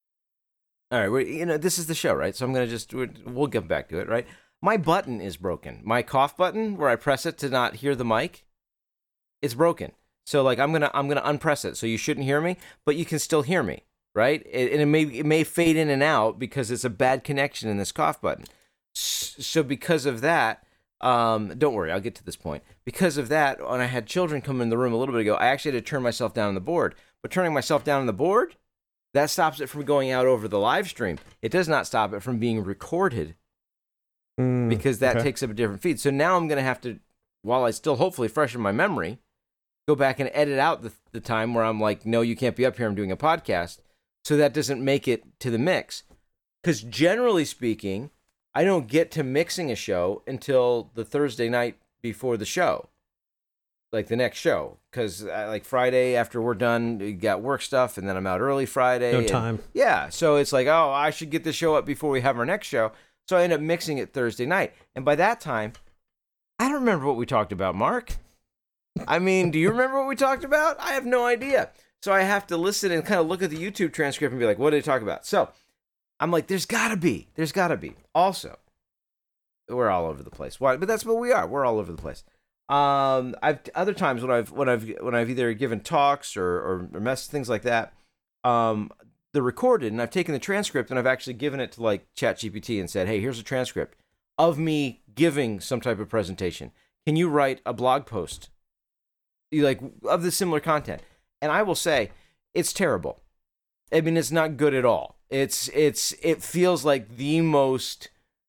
all right. We're, you know, this is the show, right? So I'm gonna just we're, we'll get back to it, right? My button is broken. My cough button, where I press it to not hear the mic, it's broken. So like I'm gonna I'm gonna unpress it, so you shouldn't hear me, but you can still hear me, right? It, and it may it may fade in and out because it's a bad connection in this cough button. S- So because of that, um, don't worry, I'll get to this point. Because of that, when I had children come in the room a little bit ago, I actually had to turn myself down on the board. But turning myself down on the board, that stops it from going out over the live stream. It does not stop it from being recorded Mm, because that okay. takes up a different feed. So now I'm gonna have to, while I still hopefully freshen my memory, go back and edit out the, the time where I'm like, no, you can't be up here, I'm doing a podcast. So that doesn't make it to the mix. Because generally speaking, I don't get to mixing a show until the Thursday night before the show, like the next show. Because like Friday after we're done, we got work stuff, and then I'm out early Friday. No and- time. yeah, so it's like, oh, I should get the show up before we have our next show. So I end up mixing it Thursday night. And by that time, I don't remember what we talked about, Mark. I mean, do you remember what we talked about? I have no idea. So I have to listen and kind of look at the YouTube transcript and be like, what did they talk about? So I'm like, there's got to be. There's got to be. Also, we're all over the place. Why? But that's what we are. We're all over the place. Um, I've other times when I've when I've when I've either given talks or or, or mess things like that, um, they're recorded and I've taken the transcript and I've actually given it to like ChatGPT and said, hey, here's a transcript of me giving some type of presentation. Can you write a blog post? Like of the similar content, and I will say it's terrible. I mean, it's not good at all. It's it's it feels like the most.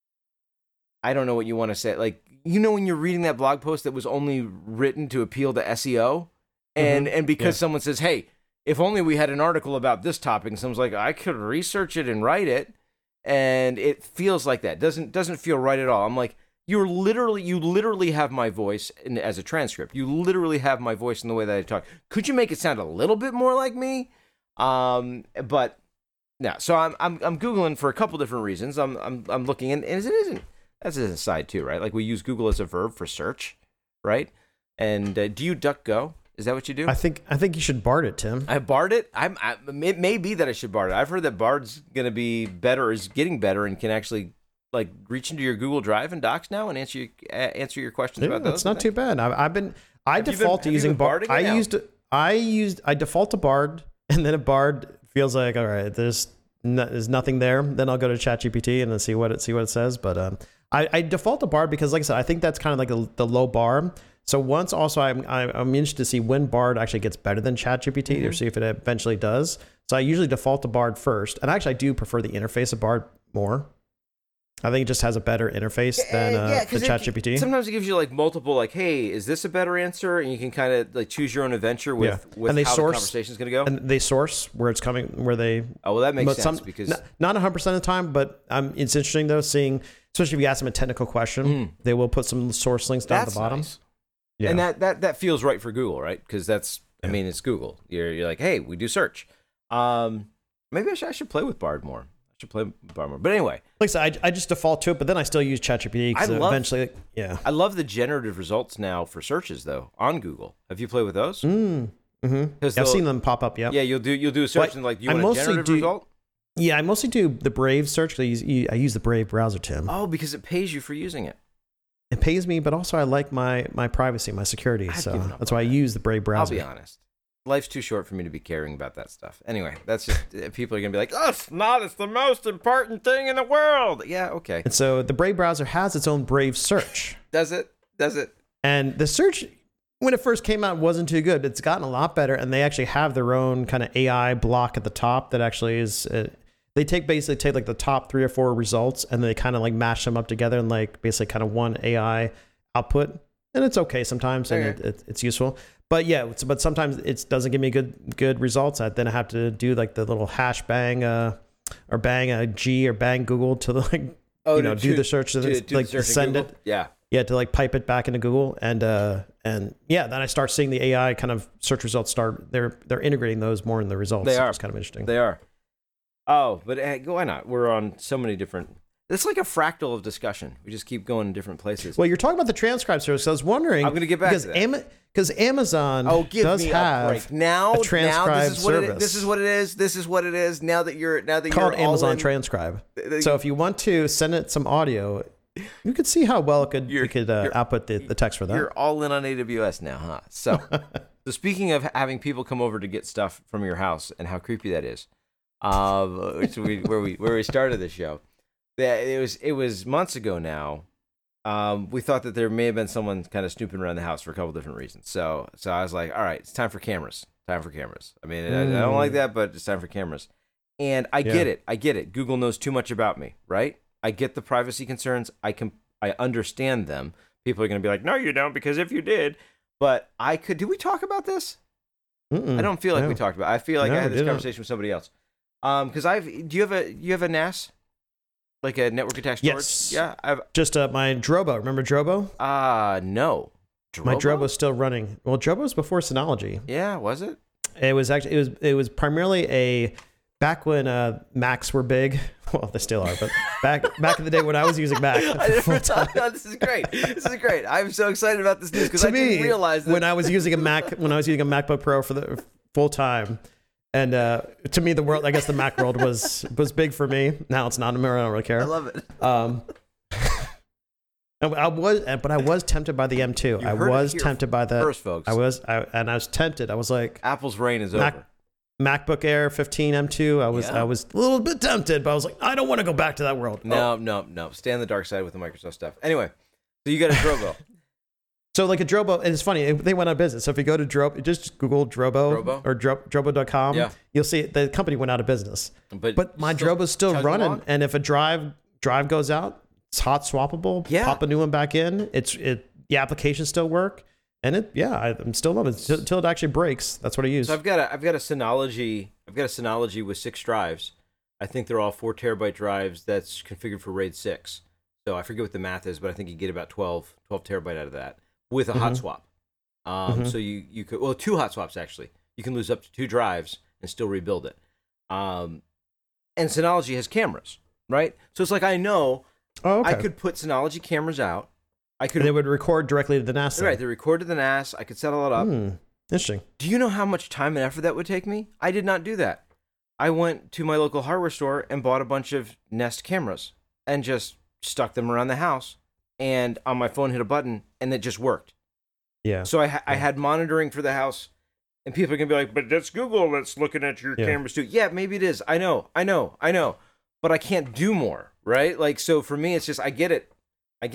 I don't know what you want to say. Like you know when you're reading that blog post that was only written to appeal to S E O, and Mhm. and because Yeah. someone says, hey, if only we had an article about this topic, and someone's like, I could research it and write it, and it feels like that. Doesn't doesn't feel right at all. I'm like. You're literally, you literally have my voice in, as a transcript. You literally have my voice in the way that I talk. Could you make it sound a little bit more like me? Um, but no. So I'm, I'm, I'm googling for a couple different reasons. I'm, I'm, I'm looking, and, and it isn't. That's an aside too, right? Like we use Google as a verb for search, right? And uh, do you DuckGo? Is that what you do? I think I think you should Bard it, Tim. I Bard it. I'm. I, it may be that I should Bard it. I've heard that Bard's gonna be better, is getting better, and can actually. Like reach into your Google Drive and Docs now and answer your uh, answer your questions Yeah, about those. it's not too bad. I've, I've been I Have you been- default to have you using been Bard. Barding it I now? used I used I default to Bard, and then if Bard feels like all right, there's no, there's nothing there, then I'll go to ChatGPT and then see what it see what it says. But um, I, I default to Bard because, like I said, I think that's kind of like the, the low bar. So once also I'm I'm I'm interested to see when Bard actually gets better than ChatGPT Mm-hmm. or see if it eventually does. So I usually default to Bard first, and actually I do prefer the interface of Bard more. I think it just has a better interface than uh, yeah, the 'cause it- ChatGPT. Sometimes it gives you like multiple, like, hey, is this a better answer? And you can kind of like choose your own adventure with, Yeah. with And they how source- the conversation is going to go. And they source where it's coming, where they. oh, well, that makes but sense some, because not, not one hundred percent of the time, but um, it's interesting though seeing, especially if you ask them a technical question, Mm. they will put some source links down that's at the bottom. nice. Yeah. And that, that that feels right for Google, right? Because that's, I Yeah. mean, it's Google. You're you're like, hey, we do search. Um, maybe I should I should play with Bard more. I should play with Bard more. But anyway, Like I said, I, I just default to it, but then I still use ChatGPT because I love- eventually, yeah. I love the generative results now for searches though on Google. Have you played with those? Mm. Mm-hmm. Because I've they'll- seen them pop up. Yep. Yeah, you'll do you'll do a search Well, and like you I want a mostly generative do- result. Yeah, I mostly do the Brave search because I use, e, I use the Brave browser, Tim. Oh, because it pays you for using it. It pays me, but also I like my my privacy, my security. I've so given up that's on why I that. use the Brave browser. I'll be honest. Life's too short for me to be caring about that stuff. Anyway, that's just people are gonna be like, "Oh, it's not. It's the most important thing in the world." Yeah, okay. And so the Brave browser has its own Brave search, Does it? Does it? and the search when it first came out wasn't too good. But it's gotten a lot better, and they actually have their own kind of A I block at the top that actually is. Uh, they take basically take like the top three or four results, and they kind of like mash them up together and like basically kind of one A I output, and it's okay sometimes, and Okay. it, it, it's useful. But yeah, it's, but sometimes it doesn't give me good good results. I then I have to do like the little hash bang uh, or bang a G or bang Google to like Oh, you to- know do to- the search to, to- to like the search in send Google? it Yeah. yeah to like pipe it back into Google and uh and yeah then I start seeing the A I kind of search results start they're they're integrating those more in the results. They are. It's kind of interesting. They are. Oh, but hey, why not? We're on so many different. It's like a fractal of discussion. We just keep going in different places. Well, you're talking about the transcribe service. I was wondering. I'm gonna get back because to that. Ama- because Amazon Oh, give does me have a break now. a now transcribe this is what it is. service. This is what it is. This is what it is. Now that you're now that called you're all Amazon in- Transcribe. th- So if you want to send it some audio, you could see how well it could You're- you could uh, you're- output the, the text for that. You're all in on A W S now, huh? So, so speaking of having people come over to get stuff from your house and how creepy that is, um, which we where we where we started the show, that it was it was months ago now. Um, we thought that there may have been someone kind of snooping around the house for a couple different reasons. So, so I was like, all right, it's time for cameras. Time for cameras. I mean, I, I don't like that, but it's time for cameras. And I Yeah. get it. I get it. Google knows too much about me, right? I get the privacy concerns. I can I understand them. People are going to be like, no, you don't, because if you did, but I could. Did we talk about this? Mm-mm. I don't feel like No. we talked about it. I feel like No, I had we this didn't. conversation with somebody else. Um, because I've. Do you have a you have a N A S, like a network attached storage? Yes. Yeah. I've. Just uh, my Drobo. Remember Drobo? Uh no. My Drobo? Drobo's still running. Well, Drobo's before Synology. Yeah. Was it? It was actually it was it was primarily a back when uh, Macs were big. Well, they still are, but back back in the day when I was using Mac. I never thought. No, this is great. This is great. I'm so excited about this news because To I me, didn't realize that. when I was using a Mac when I was using a MacBook Pro for the full time, and uh, to me the world, I guess the Mac world was was big for me. Now it's not anymore. I don't really care. I love it. Um, and I was, but I was tempted by the M two. You I heard it was here tempted by that. First, folks. I was, I, and I was tempted. I was like, Apple's reign is Mac- over. MacBook Air fifteen M two. I was, Yeah. I was a little bit tempted, but I was like, I don't want to go back to that world. Oh. No, no, no. Stay on the dark side with the Microsoft stuff. Anyway, so you got a Drobo. So like a Drobo, and it's funny, they went out of business. So if you go to Drobo, just Google Drobo, Drobo? or Dro- Drobo dot com, Yeah. you'll see the company went out of business. But, But my still Drobo's still chugging running, along? and if a drive drive goes out, it's hot swappable. Yeah. Pop a new one back in. It's it the applications still work, and it yeah, I, I'm still loving it until, until it actually breaks. That's what I use. So I've got a I've got a Synology I've got a Synology with six drives. I think they're all four terabyte drives that's configured for RAID six. So I forget what the math is, but I think you get about twelve, twelve terabyte out of that with a hot Mhm. swap. Um, Mhm. So you you could well two hot swaps actually. You can lose up to two drives and still rebuild it. Um, and Synology has cameras, right? So it's like I know oh, okay. I could put Synology cameras out. I could and it would record directly to the N A S. right. They recorded the N A S. I could set all it up. Hmm. Interesting. Do you know how much time and effort that would take me? I did not do that. I went to my local hardware store and bought a bunch of Nest cameras and just stuck them around the house. And on my phone, hit a button, and it just worked. Yeah. So I, ha- I Yeah. had monitoring for the house, and people are gonna be like, "But that's Google that's looking at your Yeah. cameras too." Yeah, maybe it is. I know, I know, I know. But I can't do more, right? Like, so for me, it's just I get it, I get it.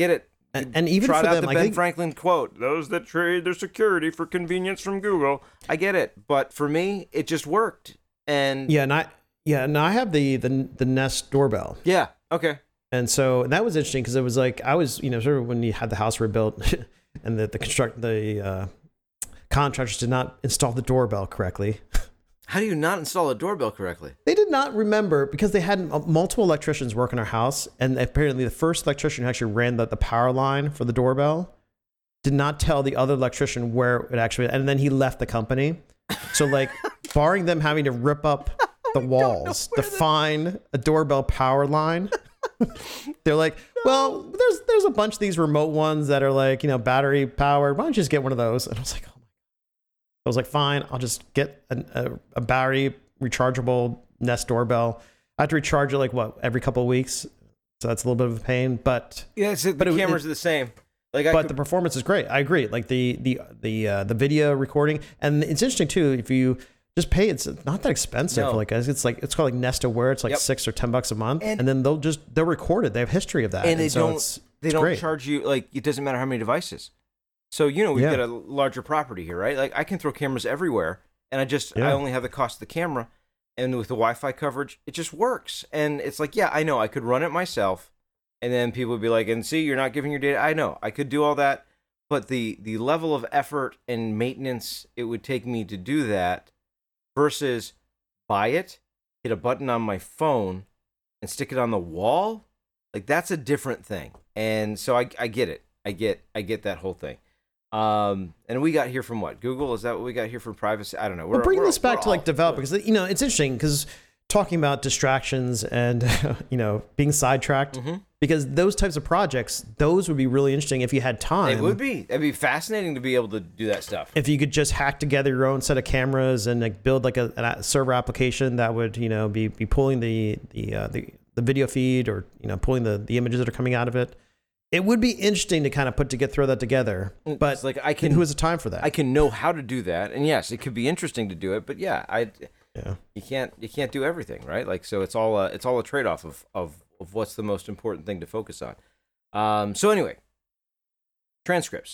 And, and even Trot for out them, the I Ben think, Franklin quote: "Those that trade their security for convenience from Google." I get it, but for me, it just worked. And yeah, and I yeah, and I have the the the Nest doorbell. yeah, okay. And so that was interesting because it was like I was, you know, sort of when you had the house rebuilt and the the construct the uh, contractors did not install the doorbell correctly. How do you not install a doorbell correctly? They did not remember because they had m- multiple electricians work in our house, and apparently the first electrician who actually ran the, the power line for the doorbell did not tell the other electrician where it actually, and then he left the company. So like, barring them having to rip up the walls to find a doorbell power line. They're like, well, there's there's a bunch of these remote ones that are like, you know, battery powered. Why don't you just get one of those? And I was like, oh my. I was like, fine, I'll just get a, a, a battery rechargeable Nest doorbell. I have to recharge it like what every couple of weeks, so that's a little bit of a pain. But yeah, it's, the but it, cameras it, are the same. Like, I but could, the performance is great. I agree. Like the the the uh, the video recording, and it's interesting too. If you just pay, it's not that expensive. No. For like it's like it's called like Nest Aware. It's like Yep. six or ten bucks a month, And- and, then they'll just they'll record it. They have history of that, and they so don't it's, they it's don't great. charge you, like, it doesn't matter how many devices. So you know we've Yeah. got a larger property here, right? Like I can throw cameras everywhere, and I just Yeah. I only have the cost of the camera, and with the Wi-Fi coverage, it just works. And it's like, yeah, I know I could run it myself, and then people would be like, and see, you're not giving your data. I know I could do all that, but the the level of effort and maintenance it would take me to do that versus buy it, hit a button on my phone, and stick it on the wall, like that's a different thing. And so I I get it. I get I get that whole thing. Um, and we got here from what? Google? Is that what we got here from privacy? I don't know. We're, Well, bring we're- this back we're to like all- develop because you know it's interesting because talking about distractions and you know being sidetracked Mhm. because those types of projects those would be really interesting if you had time. It would be. It'd be fascinating to be able to do that stuff. If you could just hack together your own set of cameras and like build like a, a server application that would you know be be pulling the the uh, the the video feed or you know pulling the the images that are coming out of it. It would be interesting to kind of put to get throw that together, but It's like I can. who has the time for that? I can know how to do that, and yes, it could be interesting to do it. But yeah, I. yeah. You can't. You can't do everything, right? Like so, it's all. A, it's all a trade off of, of of what's the most important thing to focus on. Um. So anyway, transcripts.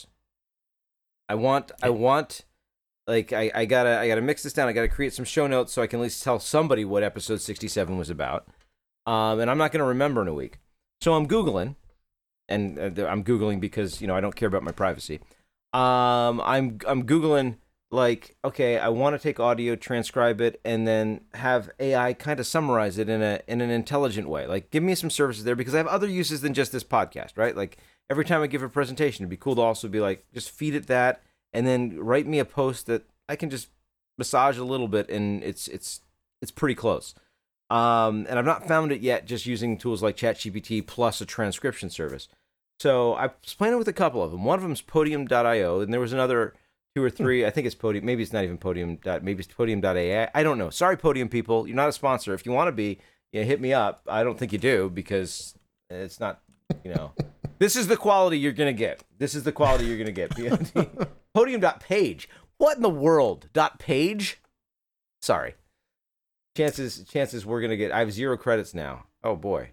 I want. I want. Like I, I gotta. I gotta mix this down. I gotta create some show notes so I can at least tell somebody what episode sixty-seven was about. Um. And I'm not gonna remember in a week. So I'm googling. And uh, I'm Googling because, you know, I don't care about my privacy. Um, I'm I'm Googling, like, okay, I want to take audio, transcribe it, and then have A I kind of summarize it in a in an intelligent way. Like, give me some services there because I have other uses than just this podcast, right? Like, every time I give a presentation, it'd be cool to also be like, just feed it that, and then write me a post that I can just massage a little bit, and it's it's it's pretty close. Um, and I've not found it yet just using tools like ChatGPT plus a transcription service. So I was playing with a couple of them. One of them is podium dot io, and there was another two or three. I think it's Podium. Maybe it's not even Podium. Maybe it's Podium dot A I. I don't know. Sorry, Podium people. You're not a sponsor. If you want to be, you know, hit me up. I don't think you do because it's not, you know. This is the quality you're going to get. This is the quality you're going to get. Podium dot page. What in the world? Dot page? Sorry. Chances chances we're going to get, I have zero credits now. Oh, boy.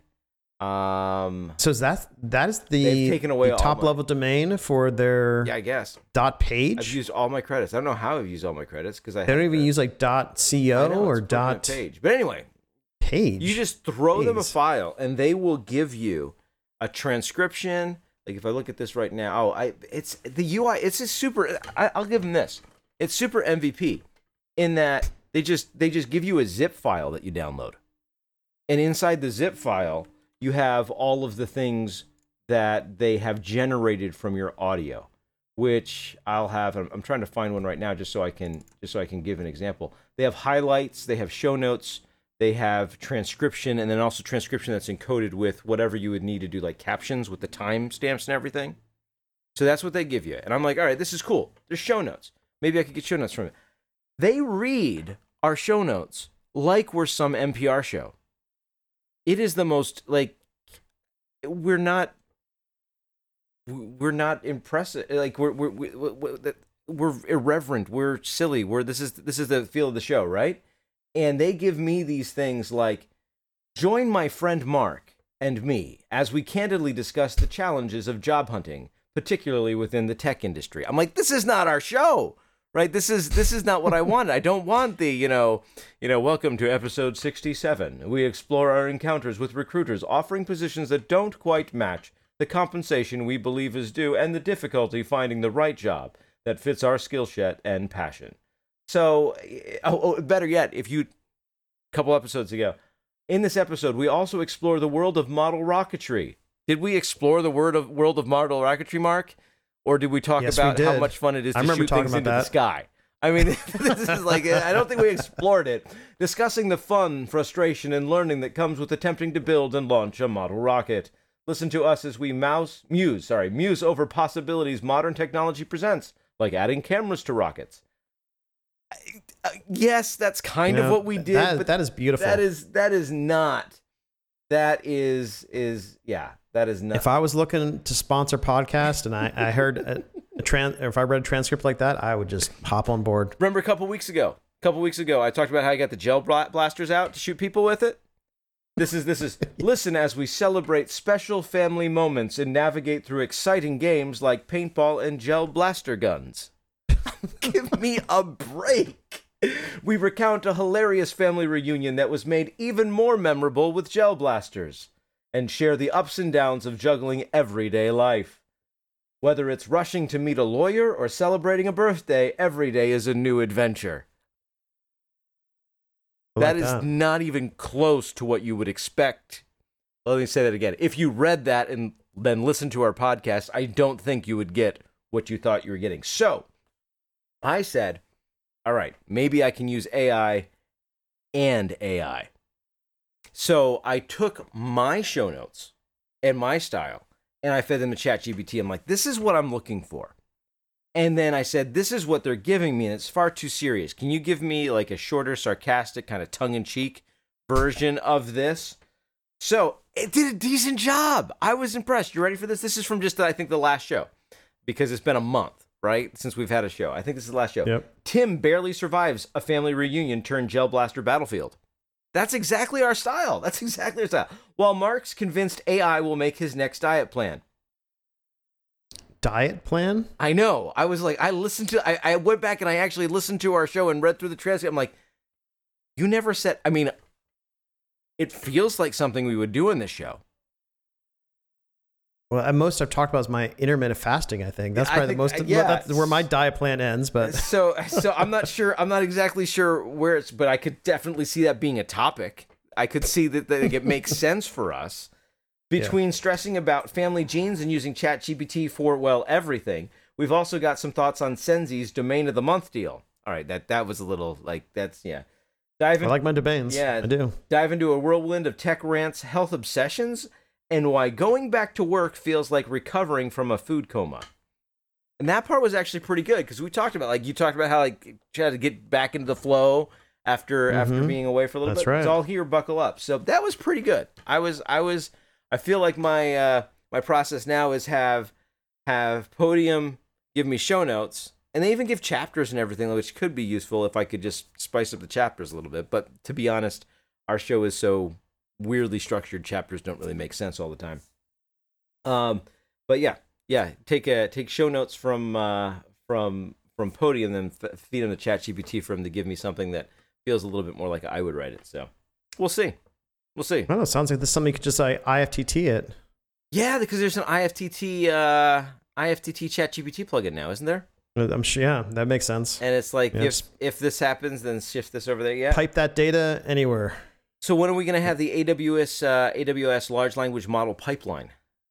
Um, So is that that is the, They've taken away the all top my- level domain for their yeah, I guess. dot page? I've used all my credits. I don't know how I've used all my credits because I They don't have even to- use like dot I co know, or it's put on a dot page. But anyway, page. you just throw them a Jeez. file and they will give you a transcription. Like if I look at this right now, oh, I it's the U I. It's a super. I, I'll give them this. It's super M V P in that they just they just give you a zip file that you download, and inside the zip file you have all of the things that they have generated from your audio, which I'll have. I'm, I'm trying to find one right now just so I can just so I can give an example. They have highlights. They have show notes. They have transcription, and then also transcription that's encoded with whatever you would need to do, like captions with the timestamps and everything. So that's what they give you. And I'm like, all right, this is cool. There's show notes. Maybe I could get show notes from it. They read our show notes like we're some N P R show. It is the most, like, we're not, we're not impressive. Like, we're, we're, we're, we're irreverent. We're silly. We're, this is, this is the feel of the show, right? And they give me these things like, join my friend Mark and me as we candidly discuss the challenges of job hunting, particularly within the tech industry. I'm like, this is not our show, right? This is this is not what I want. I don't want the, you know, you know, welcome to episode sixty-seven. We explore our encounters with recruiters offering positions that don't quite match the compensation we believe is due and the difficulty finding the right job that fits our skill set and passion. So, oh, oh, better yet, if you, a couple episodes ago, in this episode, we also explore the world of model rocketry. Did we explore the word of world of model rocketry, Mark? Or did we talk Yes, about we how did. much fun it is I to remember shoot talking things about into the that. sky? I mean, this is like, I don't think we explored it. Discussing the fun, frustration, and learning that comes with attempting to build and launch a model rocket. Listen to us as we mouse, muse, sorry, muse over possibilities modern technology presents, like adding cameras to rockets. Uh, yes, that's kind You of know, what we did, that, but that is beautiful. that is that is not. That is is yeah. That is not. If I was looking to sponsor podcast and I, I heard a, a trans, or if I read a transcript like that, I would just hop on board. Remember a couple weeks ago? A couple weeks ago, I talked about how I got the gel bla- blasters out to shoot people with it. This is this is listen as we celebrate special family moments and navigate through exciting games like paintball and gel blaster guns. Give me a break. We recount a hilarious family reunion that was made even more memorable with gel blasters, and share the ups and downs of juggling everyday life. Whether it's rushing to meet a lawyer or celebrating a birthday, every day is a new adventure. I That like is not even close to what you would expect. Let me say that again. If you read that and then listened to our podcast, I don't think you would get what you thought you were getting. So, I said, all right, maybe I can use A I and A I. So, I took my show notes and my style, and I fed them to ChatGPT. I'm like, this is what I'm looking for. And then I said, this is what they're giving me, and it's far too serious. Can you give me like a shorter, sarcastic, kind of tongue-in-cheek version of this? So it did a decent job. I was impressed. You ready for this? This is from just, I think, the last show, because it's been a month, right, since we've had a show. I think this is the last show. Yep. Tim barely survives a family reunion turned Gel Blaster battlefield. That's exactly our style. That's exactly our style. While Mark's convinced A I will make his next diet plan. Diet plan? I know. I was like, I listened to, I, I went back and I actually listened to our show and read through the transcript. I'm like, you never said, I mean, it feels like something we would do in this show. Well, at most I've talked about is my intermittent fasting, I think. That's I probably think- the most, uh, yeah. that's where my diet plan ends, but So, so I'm not sure, I'm not exactly sure where it's, but I could definitely see that being a topic. I could see that, that it makes sense for us. Between yeah. stressing about family genes and using ChatGPT for, well, everything, we've also got some thoughts on Senzi's Domain of the Month deal. All right, that, that was a little, like, that's, yeah. Dive in, I like my domains. Yeah, I do. Dive into a whirlwind of tech rants, health obsessions, and why going back to work feels like recovering from a food coma. And that part was actually pretty good, because we talked about, like, you talked about how, like, you had to get back into the flow after mm-hmm. after being away for a little that's bit. Right. It's all here, buckle up. So that was pretty good. I was, I was... I feel like my uh, my process now is have have Podium give me show notes, and they even give chapters and everything, which could be useful if I could just spice up the chapters a little bit. But to be honest, our show is so weirdly structured; chapters don't really make sense all the time. Um, but yeah, yeah, take a take show notes from uh, from from Podium, then f- feed them to ChatGPT for them to give me something that feels a little bit more like I would write it. So we'll see. We'll see. I don't know. It sounds like this is something you could just like I F T T it. Yeah, because there's an I F T T uh, I F T T ChatGPT plugin now, isn't there? I'm sure. Yeah, that makes sense. And it's like, yeah, if it's, if this happens, then shift this over there. Yeah. Pipe that data anywhere. So when are we going to have the A W S uh, A W S large language model pipeline?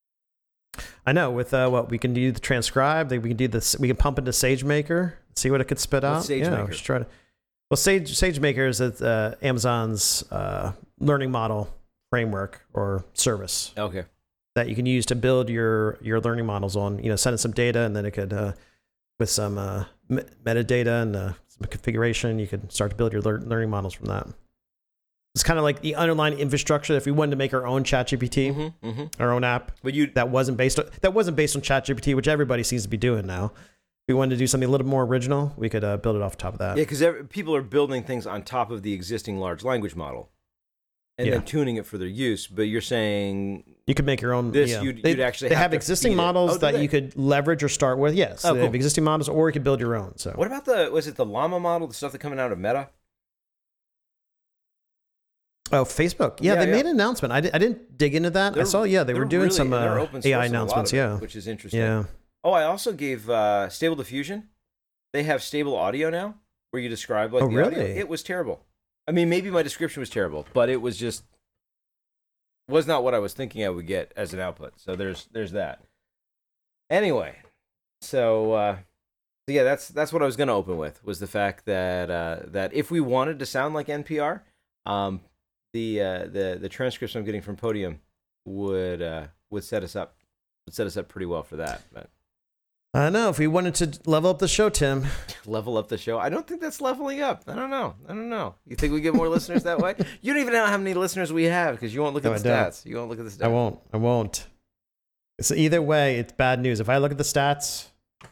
I know. With uh, what we can do the transcribe, we can do this. We can pump into SageMaker, see what it could spit out. What's SageMaker? Yeah, just try to. Well, Sage SageMaker is uh, Amazon's uh, learning model framework or service. Okay. That you can use to build your your learning models on. You know, send it some data, and then it could, uh, with some uh, me- metadata and uh, some configuration, you could start to build your lear- learning models from that. It's kind of like the underlying infrastructure. If we wanted to make our own ChatGPT, mm-hmm, mm-hmm. our own app, but you that wasn't based on that wasn't based on ChatGPT, which everybody seems to be doing now. If we wanted to do something a little more original, we could uh, build it off the top of that. Yeah, because people are building things on top of the existing large language model. and Yeah. then tuning it for their use. But you're saying You could make your own. this, yeah. you'd, they, you'd actually they have, have to existing feed it. models Oh, do that they? you could leverage or start with. Yes, Oh, they cool. have existing models, or you could build your own. So What about the, was it the Llama model, the stuff that's coming out of Meta? oh, Facebook. Yeah, Yeah, they yeah. made an announcement. I, di- I didn't dig into that. I They're- saw. Yeah, they were they're doing really- some and they're uh, open A I sourcing a lot announcements. of it, Yeah, which is interesting. yeah. Oh, I also gave uh, Stable Diffusion. They have stable audio now, where you describe like Oh, the audio. really? It was terrible. I mean, maybe my description was terrible, but it was just was not what I was thinking I would get as an output. So there's there's that. Anyway, so uh, so yeah, that's that's what I was going to open with, was the fact that uh, that if we wanted to sound like N P R, um, the uh, the the transcripts I'm getting from Podium would uh, would set us up would set us up pretty well for that. But I don't know if we wanted to level up the show, Tim. level up the show. I don't think that's leveling up. I don't know. I don't know. You think we get more listeners that way? You don't even know how many listeners we have because you won't look No, at the I don't. stats. You won't look at the stats. I won't. I won't. So either way, it's bad news. If I look at the stats,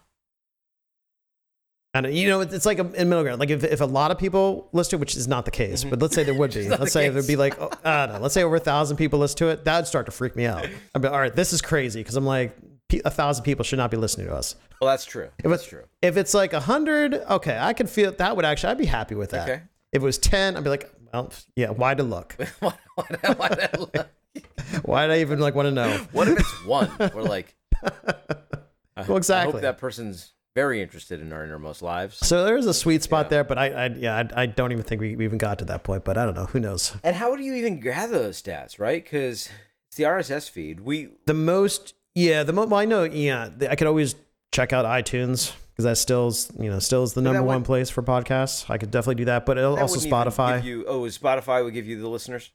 and you know, it's like a in middle ground. Like if, if a lot of people listen to it, which is not the case, Mhm. but let's say there would be. It's not Let's the say case. there'd be like, oh, I don't know. Let's say over a thousand people listen to it. That'd start to freak me out. I'd be all right. This is crazy because I'm like, pe- a thousand people should not be listening to us. Well, that's true. If That's it's true. If it's like a hundred, okay, I could feel that would actually. I'd be happy with that. Okay. If it was ten, I'd be like, well, yeah. Why to look? why, why, why, why, Why did I even like want to know? what if it's one? We're like, I, Well, exactly. I hope that person's very interested in our innermost lives. So there's a sweet spot Yeah. there, but I, I yeah, I, I don't even think we we even got to that point. But I don't know. Who knows? And how do you even gather those stats, right? Because it's the R S S feed. We The most, yeah, the most. Well, I know, yeah, I could always check out iTunes because that still's, you know, still is the But that number one would- place for podcasts. I could definitely do that, but it'll that also wouldn't even Spotify. give you, oh, Spotify would give you the listeners.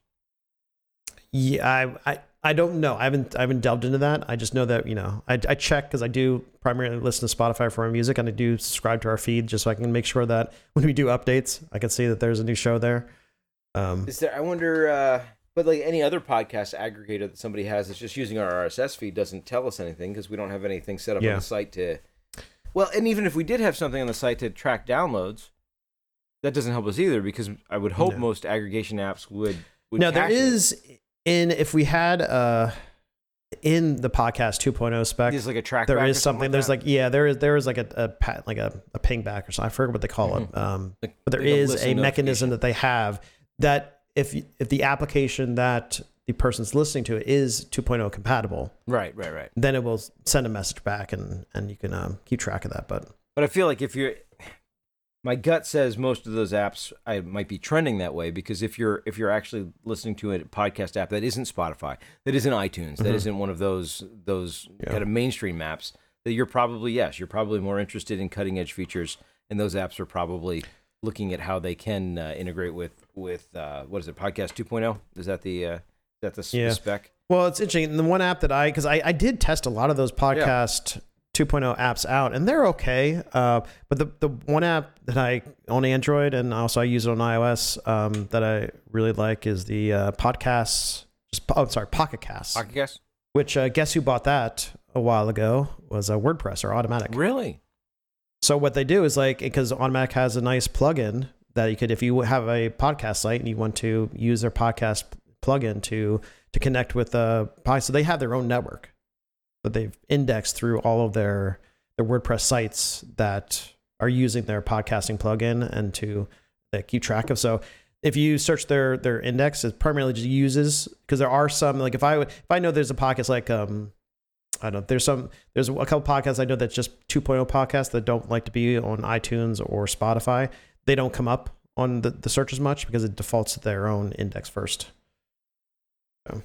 Yeah, I, I, I don't know. I haven't, I haven't delved into that. I just know that, you know, I, I check because I do primarily listen to Spotify for our music, and I do subscribe to our feed just so I can make sure that when we do updates, I can see that there's a new show there. Um, Is there? I wonder. Uh, but like any other podcast aggregator that somebody has that's just using our R S S feed doesn't tell us anything because we don't have anything set up Yeah. on the site to. Well, and even if we did have something on the site to track downloads, that doesn't help us either because I would hope No. most aggregation apps would. would now there cache it. is in if we had uh in the podcast two point oh spec. There's like a track. There back is or something. like There's that? like yeah, there is there is like a, a pat like a, a ping back or something. I forget what they call it. Um, Like- but there like a is listen a mechanism notification. that they have that if if the application that the person's listening to is two point oh compatible, Right, right, right. then it will send a message back and and you can um, keep track of that. But But I feel like if you're, my gut says most of those apps I might be trending that way because if you're if you're actually listening to a podcast app that isn't Spotify, that isn't iTunes, that Mhm. isn't one of those those Yeah. kind of mainstream apps, that you're probably yes, you're probably more interested in cutting edge features, and those apps are probably looking at how they can uh, integrate with with uh, what is it, Podcast two point oh? Is that the uh, is that the, s- the Yeah. spec? well, it's interesting. The one app that I because I, I did test a lot of those podcast two point oh apps out, and they're okay. Uh, but the the one app that I on Android and also I use it on iOS um, that I really like is the uh, podcasts. Just oh, sorry, Pocket Casts. Pocket Cast? Which uh, guess who bought that a while ago was a WordPress or Automatic. Really? So what they do is like because Automatic has a nice plugin that you could if you have a podcast site and you want to use their podcast plugin to to connect with a podcast. So they have their own network that they've indexed through all of their their WordPress sites that are using their podcasting plugin and to uh, keep track of. So if you search their their index, it primarily just uses because there are some like if I would if I know there's a podcast like um I don't know there's some there's a couple podcasts I know that's just two point oh podcasts that don't like to be on iTunes or Spotify. They don't come up on the, the search as much because it defaults to their own index first. So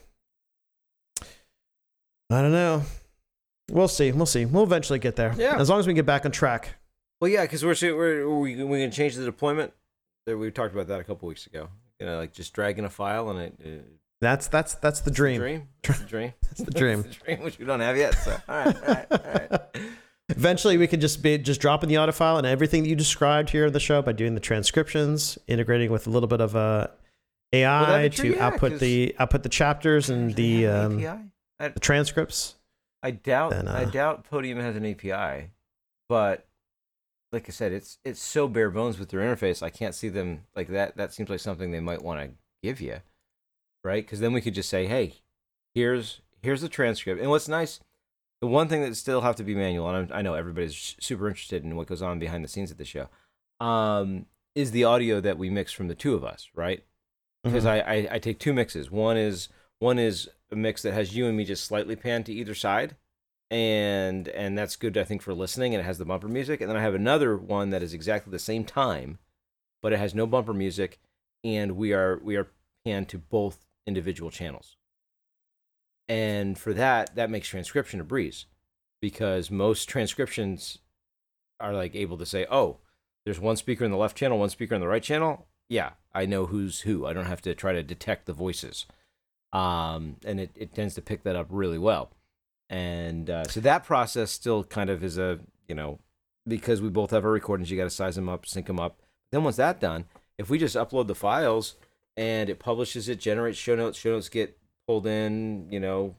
I don't know. We'll see. We'll see. We'll eventually get there. Yeah. As long as we get back on track. Well, yeah, because we're we're are we we gonna change the deployment. There, we talked about that a couple weeks ago. You know, like just dragging a file and it. it That's that's that's the it's dream. The dream. That's the dream. That's the dream. That's the dream, which we don't have yet. So, all right, all right, all right. Eventually, we could just be just dropping the audio file and everything that you described here in the show by doing the transcriptions, integrating with a little bit of uh, A I Well, that'd be to true, yeah, output 'cause- the output the chapters and the Does it have an um, A P I? I, the transcripts. I doubt. then, I uh, doubt Podium has an A P I, but like I said, it's it's so bare bones with their interface. I can't see them like that. That seems like something they might want to give you. right? Because then we could just say, hey, here's here's the transcript. And what's nice, the one thing that still have to be manual, and I know everybody's super interested in what goes on behind the scenes at the show, um, is the audio that we mix from the two of us, right? Because mm-hmm. I, I I take two mixes. One is one is a mix that has you and me just slightly panned to either side, and and that's good, I think, for listening, and it has the bumper music. And then I have another one that is exactly the same time, but it has no bumper music, and we are we are panned to both individual channels. And for that, that makes transcription a breeze, because most transcriptions are like able to say, oh, there's one speaker in the left channel, one speaker in the right channel. Yeah, I know who's who. I don't have to try to detect the voices. Um, and it, it tends to pick that up really well. And uh, so that process still kind of is a, you know, because we both have our recordings, you got to size them up, sync them up. Then once that's done, if we just upload the files and it publishes it, generates show notes, show notes get pulled in, you know,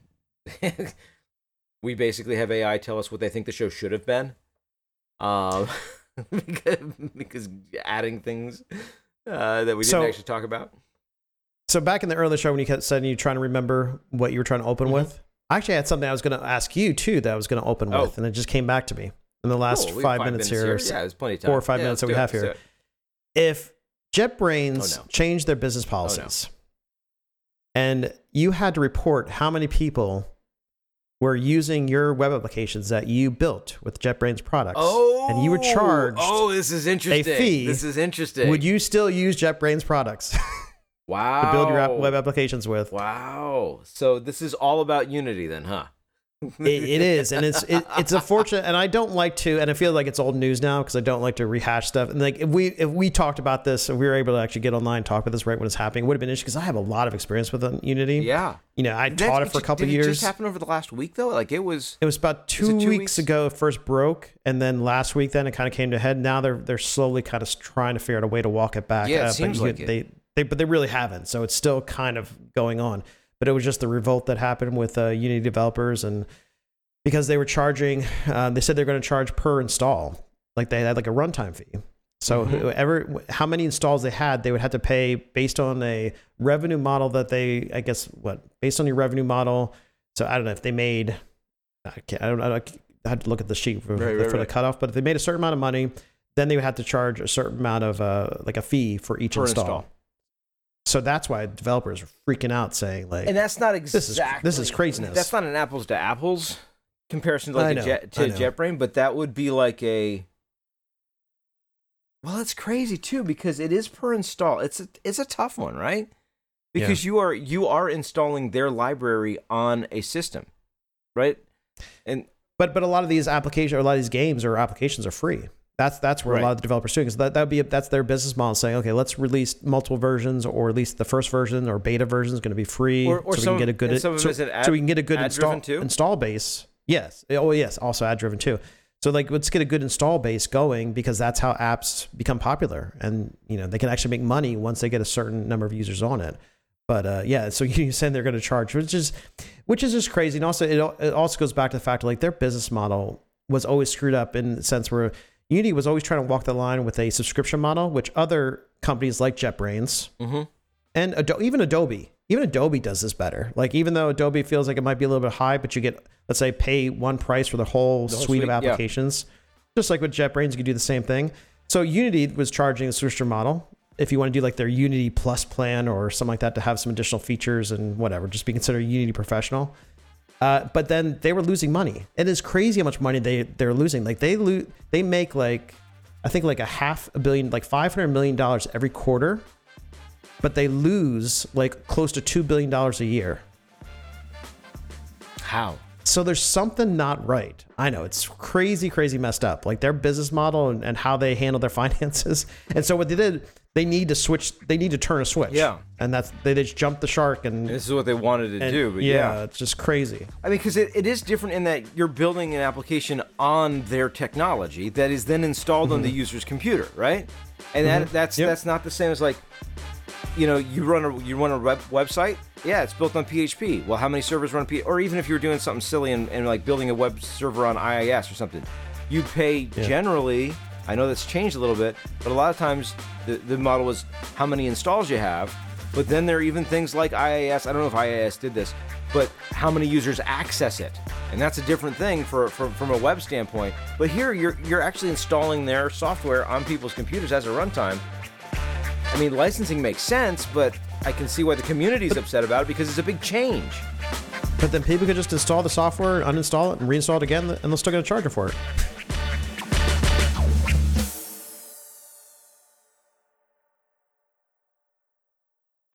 we basically have A I tell us what they think the show should have been. Um, because, because adding things uh, that we didn't so, actually talk about. So back in the early show, when you kept said you trying to remember what you were trying to open mm-hmm. with, I actually had something I was going to ask you too that I was going to open oh. with, and it just came back to me in the last cool. five, five minutes, minutes here. here. Yeah, there's plenty of time. Four or five yeah, minutes that we it. have here. If JetBrains oh, no. changed their business policies, oh, no. and you had to report how many people were using your web applications that you built with JetBrains products, oh, and you were charged oh, this is interesting. a fee, this is interesting. Would you still use JetBrains products? Wow. To build your app, web applications with. Wow. So this is all about Unity then, huh? it, it is, and it's it, it's unfortunate, and I don't like to, and I feel like it's old news now because I don't like to rehash stuff. And like if we if we talked about this, and we were able to actually get online and talk about this right when it's happening, it would have been interesting because I have a lot of experience with Unity. Yeah. You know, I That's, taught it for a couple did years. Did it just happen over the last week though? Like it was. It was about two, was two weeks, weeks ago. It first broke, and then last week, then it kind of came to a head. Now they're they're slowly kind of trying to figure out a way to walk it back. Yeah, it up, seems but like you, it. They, They, but they really haven't. So it's still kind of going on. But it was just the revolt that happened with uh, Unity developers, and because they were charging, uh, they said they're going to charge per install, like they had like a runtime fee. So mm-hmm. whoever, how many installs they had, they would have to pay based on a revenue model that they, I guess, what based on your revenue model. So I don't know if they made, I, can't, I don't know. I had to look at the sheet for, right, for right, the right. cutoff. But if they made a certain amount of money, then they would have to charge a certain amount of uh, like a fee for each per install. install. So that's why developers are freaking out, saying like, and that's not exactly this is this is craziness. That's not an apples to apples comparison to like I a know, jet, to I know. JetBrains, but that would be like a. Well, it's crazy too because it is per install. It's a, it's a tough one, right? Because yeah. you are you are installing their library on a system, right? And but but a lot of these applications, or a lot of these games or applications are free. That's that's where right. a lot of the developers do, because that would be that's their business model, saying, okay, let's release multiple versions, or at least the first version or beta version is going to be free, or, or so some, we can get a good so, so, ad, so we can get a good install too? install base. Yes, oh yes, also ad driven too. So like let's get a good install base going, because that's how apps become popular, and you know they can actually make money once they get a certain number of users on it. But uh, yeah, so you're saying they're going to charge, which is which is just crazy, and also it it also goes back to the fact that like their business model was always screwed up in the sense where Unity was always trying to walk the line with a subscription model, which other companies like JetBrains mm-hmm. and Ado- even Adobe, even Adobe does this better. Like even though Adobe feels like it might be a little bit high, but you get, let's say, pay one price for the whole, the whole suite, suite of applications. Yeah. Just like with JetBrains, you could do the same thing. So Unity was charging a subscription model. If you want to do like their Unity Plus plan or something like that to have some additional features and whatever, just be considered Unity Professional. Uh, but then they were losing money. It is crazy how much money they they're losing. Like they lose, they make like, I think like a half a billion, like five hundred million dollars every quarter, but they lose like close to two billion dollars a year. How? So there's something not right. I know it's crazy, crazy messed up. Like their business model and, and how they handle their finances. And so what they did, they need to switch. They need to turn a switch. Yeah. And that's, they just jumped the shark. And, and this is what they wanted to and, do. But yeah, yeah, it's just crazy. I mean, because it, it is different in that you're building an application on their technology that is then installed mm-hmm. on the user's computer, right? And mm-hmm. that that's yep. that's not the same as like, you know, you run a you run a web, website. Yeah, it's built on P H P. Well, how many servers run P H P? Or even if you were doing something silly and, and like building a web server on I I S or something, you pay yeah. generally. I know that's changed a little bit, but a lot of times the, the model was how many installs you have But then there are even things like I I S. I don't know if I I S did this, but how many users access it, and that's a different thing for, for from a web standpoint. But here, you're you're actually installing their software on people's computers as a runtime. I mean, licensing makes sense, but I can see why the community's upset about it because it's a big change. But then people could just install the software, uninstall it, and reinstall it again, and they're still going to charge you for it.